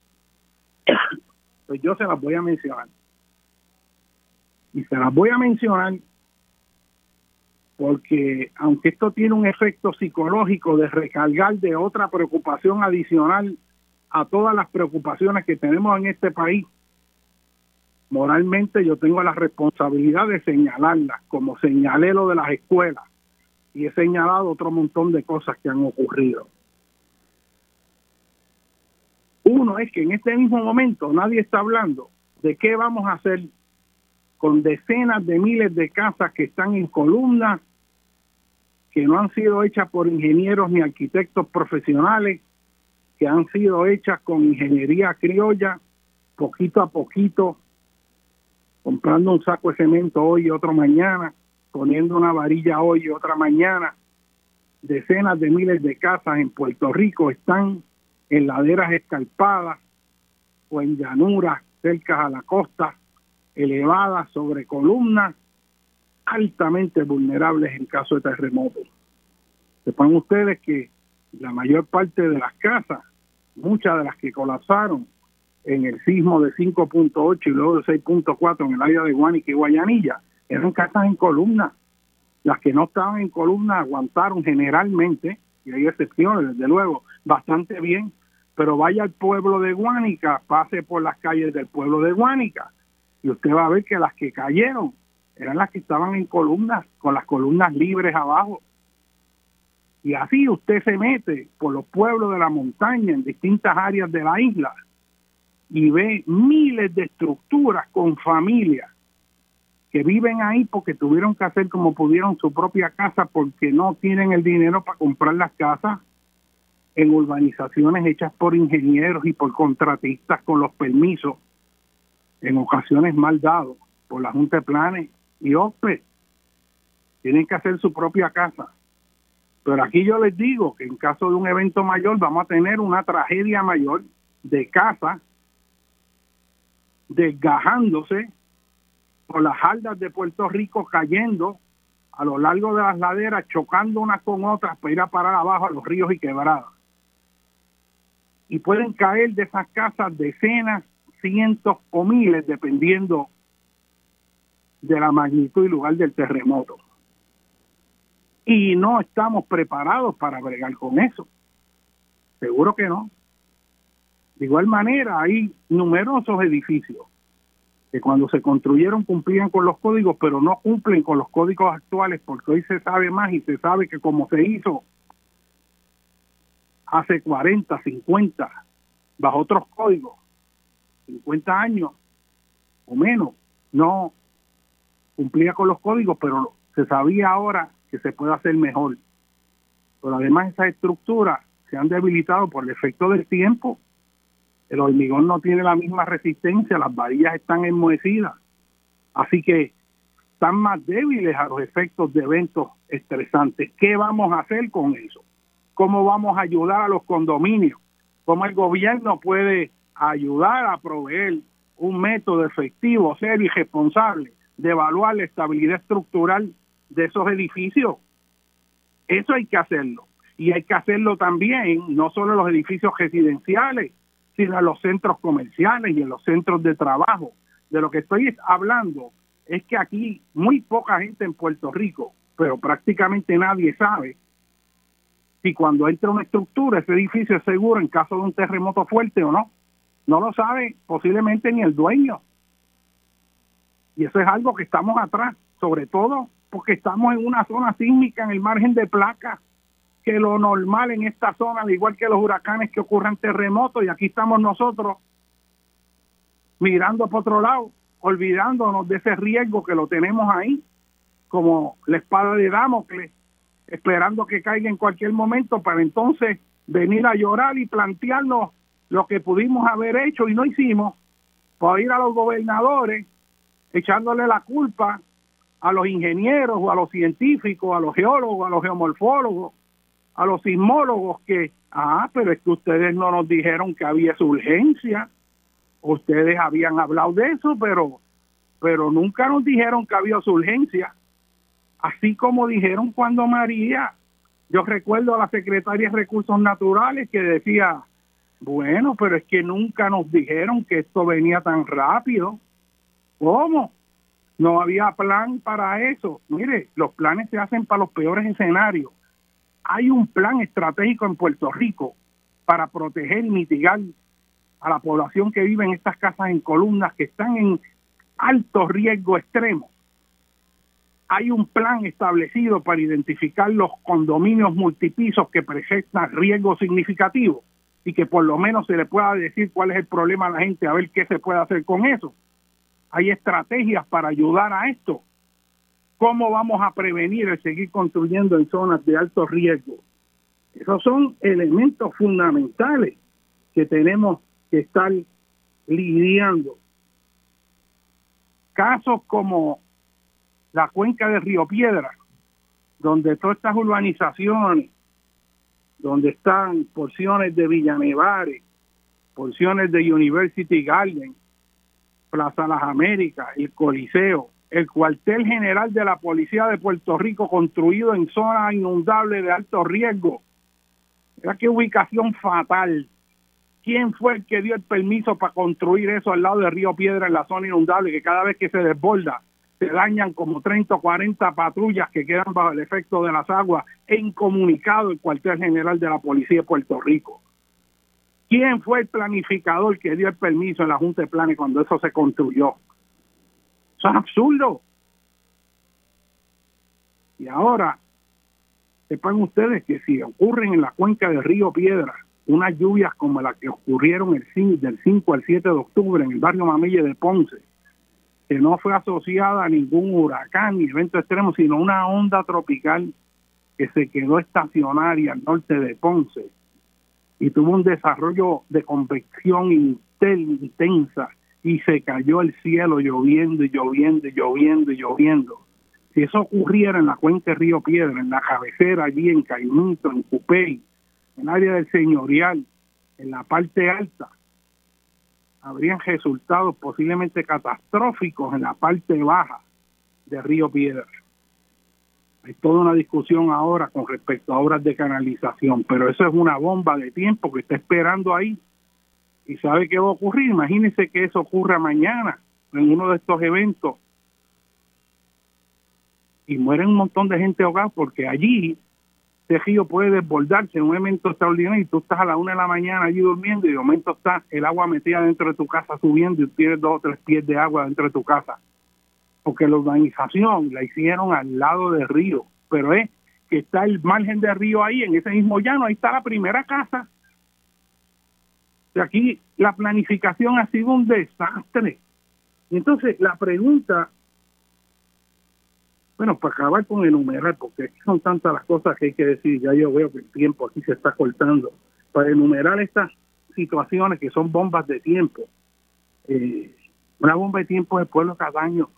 Pues yo se las voy a mencionar. Y se las voy a mencionar porque aunque esto tiene un efecto psicológico de recargar de otra preocupación adicional a todas las preocupaciones que tenemos en este país, moralmente yo tengo la responsabilidad de señalarlas, como señalé lo de las escuelas y he señalado otro montón de cosas que han ocurrido. Uno es que en este mismo momento nadie está hablando de qué vamos a hacer con decenas de miles de casas que están en columnas, que no han sido hechas por ingenieros ni arquitectos profesionales, que han sido hechas con ingeniería criolla, poquito a poquito, comprando un saco de cemento hoy y otro mañana, poniendo una varilla hoy y otra mañana. Decenas de miles de casas en Puerto Rico están en laderas escarpadas o en llanuras cerca a la costa, elevadas sobre columnas, altamente vulnerables en caso de terremoto. Sepan ustedes que la mayor parte de las casas, muchas de las que colapsaron en el sismo de cinco punto ocho y luego de seis punto cuatro en el área de Guánica y Guayanilla, eran casas en columnas. Las que no estaban en columnas aguantaron generalmente, y hay excepciones, desde luego, bastante bien, pero vaya al pueblo de Guánica, pase por las calles del pueblo de Guánica, y usted va a ver que las que cayeron eran las que estaban en columnas, con las columnas libres abajo. Y así usted se mete por los pueblos de la montaña en distintas áreas de la isla y ve miles de estructuras con familias que viven ahí porque tuvieron que hacer como pudieron su propia casa porque no tienen el dinero para comprar las casas en urbanizaciones hechas por ingenieros y por contratistas con los permisos, en ocasiones mal dados por la Junta de Planes y O P E. Tienen que hacer su propia casa. Pero aquí yo les digo que en caso de un evento mayor vamos a tener una tragedia mayor de casas desgajándose por las haldas de Puerto Rico, cayendo a lo largo de las laderas, chocando unas con otras para ir a parar abajo a los ríos y quebradas. Y pueden caer de esas casas decenas, cientos o miles, dependiendo de la magnitud y lugar del terremoto. Y no estamos preparados para bregar con eso. Seguro que no. De igual manera, hay numerosos edificios que cuando se construyeron cumplían con los códigos, pero no cumplen con los códigos actuales, porque hoy se sabe más y se sabe que como se hizo hace cuarenta, cincuenta, bajo otros códigos, cincuenta años o menos, no cumplía con los códigos, pero se sabía ahora que se puede hacer mejor. Pero además esas estructuras se han debilitado por el efecto del tiempo. El hormigón no tiene la misma resistencia, las varillas están enmohecidas, así que están más débiles a los efectos de eventos estresantes. ¿Qué vamos a hacer con eso? ¿Cómo vamos a ayudar a los condominios? ¿Cómo el gobierno puede ayudar a proveer un método efectivo, serio y responsable de evaluar la estabilidad estructural de esos edificios? Eso hay que hacerlo. Y hay que hacerlo también, no solo en los edificios residenciales, sino en los centros comerciales y en los centros de trabajo. De lo que estoy hablando es que aquí muy poca gente en Puerto Rico, pero prácticamente nadie sabe si cuando entra una estructura, ese edificio es seguro en caso de un terremoto fuerte o no. No lo sabe posiblemente ni el dueño. Y eso es algo que estamos atrás, sobre todo porque estamos en una zona sísmica en el margen de placa, que lo normal en esta zona, al igual que los huracanes, que ocurran terremotos, y aquí estamos nosotros mirando por otro lado, olvidándonos de ese riesgo que lo tenemos ahí, como la espada de Damocles, esperando que caiga en cualquier momento para entonces venir a llorar y plantearnos lo que pudimos haber hecho y no hicimos, por ir a los gobernadores echándole la culpa a los ingenieros o a los científicos, a los geólogos, a los geomorfólogos, a los sismólogos que, ah, pero es que ustedes no nos dijeron que había esa urgencia. Ustedes habían hablado de eso, pero, pero nunca nos dijeron que había su urgencia. Así como dijeron cuando María, yo recuerdo a la secretaria de Recursos Naturales que decía, bueno, pero es que nunca nos dijeron que esto venía tan rápido. ¿Cómo? No había plan para eso. Mire, los planes se hacen para los peores escenarios. Hay un plan estratégico en Puerto Rico para proteger y mitigar a la población que vive en estas casas en columnas que están en alto riesgo extremo. Hay un plan establecido para identificar los condominios multipisos que presentan riesgo significativo y que por lo menos se le pueda decir cuál es el problema a la gente, a ver qué se puede hacer con eso. Hay estrategias para ayudar a esto. ¿Cómo vamos a prevenir el seguir construyendo en zonas de alto riesgo? Esos son elementos fundamentales que tenemos que estar lidiando. Casos como la cuenca de Río Piedra, donde todas estas urbanizaciones, donde están porciones de Villa Nevares, porciones de University Garden, Plaza Las Américas, el Coliseo, el cuartel general de la Policía de Puerto Rico construido en zona inundable de alto riesgo. Mira qué ubicación fatal. ¿Quién fue el que dio el permiso para construir eso al lado de Río Piedra en la zona inundable, que cada vez que se desborda se dañan como treinta o cuarenta patrullas que quedan bajo el efecto de las aguas? E incomunicado el cuartel general de la Policía de Puerto Rico. ¿Quién fue el planificador que dio el permiso en la Junta de Planes cuando eso se construyó? Eso es absurdo. Y ahora, sepan ustedes que si ocurren en la cuenca del Río Piedra unas lluvias como las que ocurrieron el del cinco al siete de octubre en el barrio Mamelle de Ponce, que no fue asociada a ningún huracán ni evento extremo, sino una onda tropical que se quedó estacionaria al norte de Ponce y tuvo un desarrollo de convección intensa y se cayó el cielo lloviendo y lloviendo y lloviendo y lloviendo. Si eso ocurriera en la cuenca de Río Piedra, en la cabecera allí en Caimito, en Cupey, en el área del Señorial, en la parte alta, habrían resultados posiblemente catastróficos en la parte baja de Río Piedra. Hay toda una discusión ahora con respecto a obras de canalización, pero eso es una bomba de tiempo que está esperando ahí. ¿Y sabe qué va a ocurrir? Imagínense que eso ocurra mañana en uno de estos eventos y mueren un montón de gente ahogada, porque allí ese río puede desbordarse en un evento extraordinario y tú estás a la una de la mañana allí durmiendo y de momento está el agua metida dentro de tu casa subiendo y tienes dos o tres pies de agua dentro de tu casa. Porque la urbanización la hicieron al lado del río, pero es que está el margen del río ahí, en ese mismo llano, ahí está la primera casa. De aquí la planificación ha sido un desastre. Y entonces la pregunta, bueno, para acabar con enumerar, porque son tantas las cosas que hay que decir, ya yo veo que el tiempo aquí se está cortando, para enumerar estas situaciones que son bombas de tiempo. Eh, una bomba de tiempo es el pueblo de Cataño.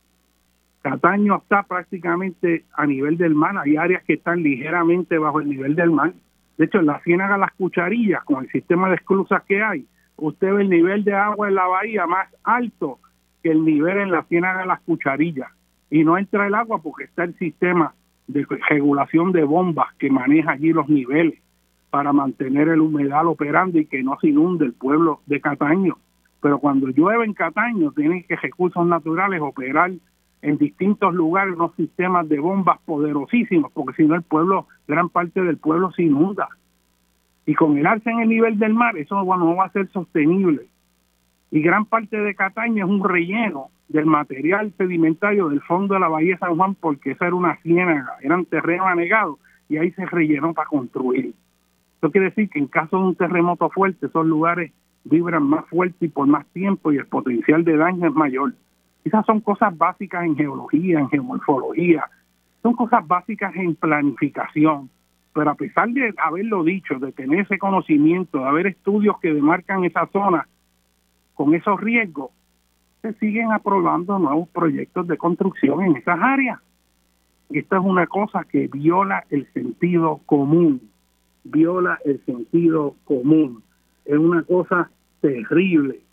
Cataño está prácticamente a nivel del mar, hay áreas que están ligeramente bajo el nivel del mar. De hecho, en la Ciénaga Las Cucharillas, con el sistema de esclusas que hay, usted ve el nivel de agua en la bahía más alto que el nivel en la Ciénaga Las Cucharillas. Y no entra el agua porque está el sistema de regulación de bombas que maneja allí los niveles para mantener el humedal operando y que no se inunde el pueblo de Cataño. Pero cuando llueve en Cataño, tienen que recursos naturales operar en distintos lugares unos sistemas de bombas poderosísimos, porque si no el pueblo, gran parte del pueblo se inunda. Y con el alza en el nivel del mar, eso bueno, no va a ser sostenible. Y gran parte de Cataño es un relleno del material sedimentario del fondo de la Bahía de San Juan, porque esa era una ciénaga, eran terrenos anegados, y ahí se rellenó para construir. Eso quiere decir que en caso de un terremoto fuerte, esos lugares vibran más fuerte y por más tiempo, y el potencial de daño es mayor. Esas son cosas básicas en geología, en geomorfología, son cosas básicas en planificación, pero a pesar de haberlo dicho, de tener ese conocimiento, de haber estudios que demarcan esa zona con esos riesgos, se siguen aprobando nuevos proyectos de construcción en esas áreas. Y esta es una cosa que viola el sentido común, viola el sentido común, es una cosa terrible.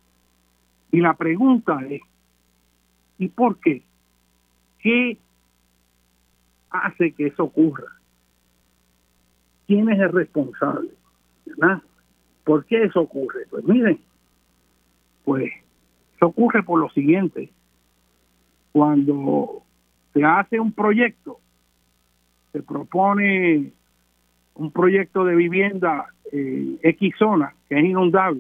Y la pregunta es, ¿y por qué? ¿Qué hace que eso ocurra? ¿Quién es el responsable? ¿Verdad? ¿Por qué eso ocurre? Pues miren, pues eso ocurre por lo siguiente. Cuando se hace un proyecto, se propone un proyecto de vivienda en X zona, que es inundable,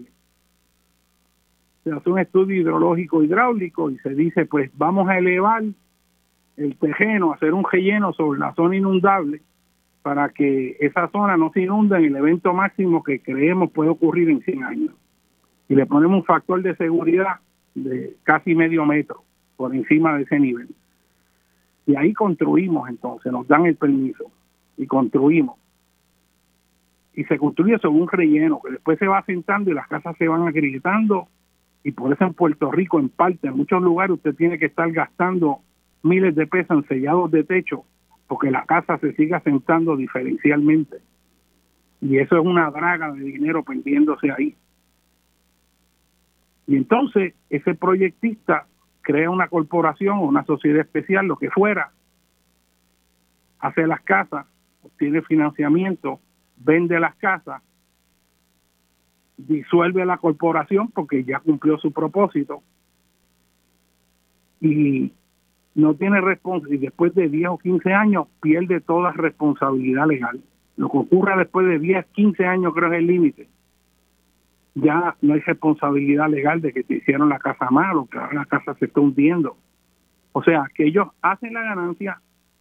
se hace un estudio hidrológico hidráulico y se dice, pues vamos a elevar el terreno, hacer un relleno sobre la zona inundable para que esa zona no se inunde en el evento máximo que creemos puede ocurrir en cien años. Y le ponemos un factor de seguridad de casi medio metro por encima de ese nivel. Y ahí construimos entonces, nos dan el permiso y construimos. Y se construye sobre un relleno que después se va asentando y las casas se van agrietando. Y por eso en Puerto Rico, en parte, en muchos lugares usted tiene que estar gastando miles de pesos en sellados de techo porque la casa se sigue asentando diferencialmente. Y eso es una draga de dinero pendiéndose ahí. Y entonces ese proyectista crea una corporación o una sociedad especial, lo que fuera, hace las casas, obtiene financiamiento, vende las casas, disuelve la corporación porque ya cumplió su propósito y no tiene responsabilidad, y después de diez o quince años pierde toda responsabilidad legal. Lo que ocurra después de diez, quince años, creo que es el límite. Ya no hay responsabilidad legal de que te hicieron la casa mal o que ahora la casa se está hundiendo. O sea, que ellos hacen la ganancia,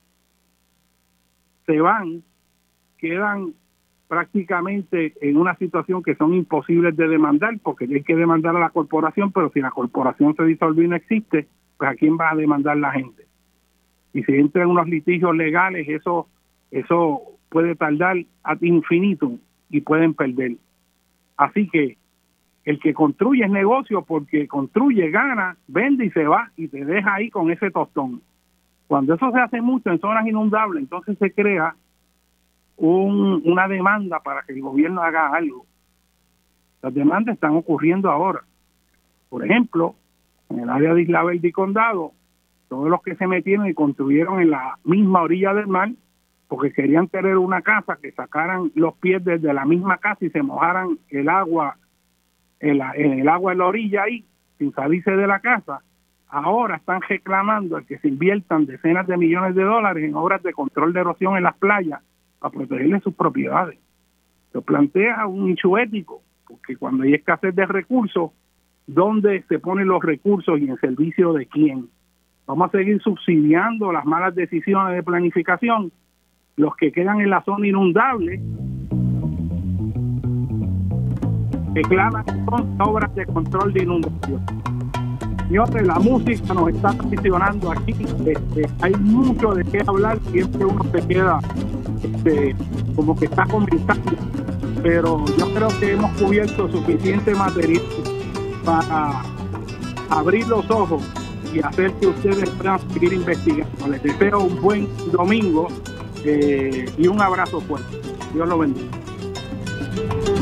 se van, quedan prácticamente en una situación que son imposibles de demandar, porque hay que demandar a la corporación, pero si la corporación se disolvió y no existe, pues ¿a quién va a demandar la gente? Y si entran unos litigios legales, eso, eso puede tardar ad infinitum y pueden perder. Así que el que construye es negocio, porque construye, gana, vende y se va y te deja ahí con ese tostón. Cuando eso se hace mucho en zonas inundables, entonces se crea un, una demanda para que el gobierno haga algo. Las demandas están ocurriendo ahora. Por ejemplo, en el área de Isla Verde y Condado, todos los que se metieron y construyeron en la misma orilla del mar, porque querían tener una casa que sacaran los pies desde la misma casa y se mojaran el agua en, la, en el agua en la orilla ahí, sin salirse de la casa, ahora están reclamando el que se inviertan decenas de millones de dólares en obras de control de erosión en las playas para protegerle sus propiedades. Lo plantea un nicho ético, porque cuando hay escasez de recursos, ¿dónde se ponen los recursos y en servicio de quién? Vamos a seguir subsidiando las malas decisiones de planificación. Los que quedan en la zona inundable reclaman obras de control de inundación. Señores, la música nos está aficionando aquí. Este, hay mucho de qué hablar, siempre uno se queda este, como que está comenzando, pero yo creo que hemos cubierto suficiente material para abrir los ojos y hacer que ustedes puedan seguir investigando. Les deseo un buen domingo eh, y un abrazo fuerte. Dios lo bendiga.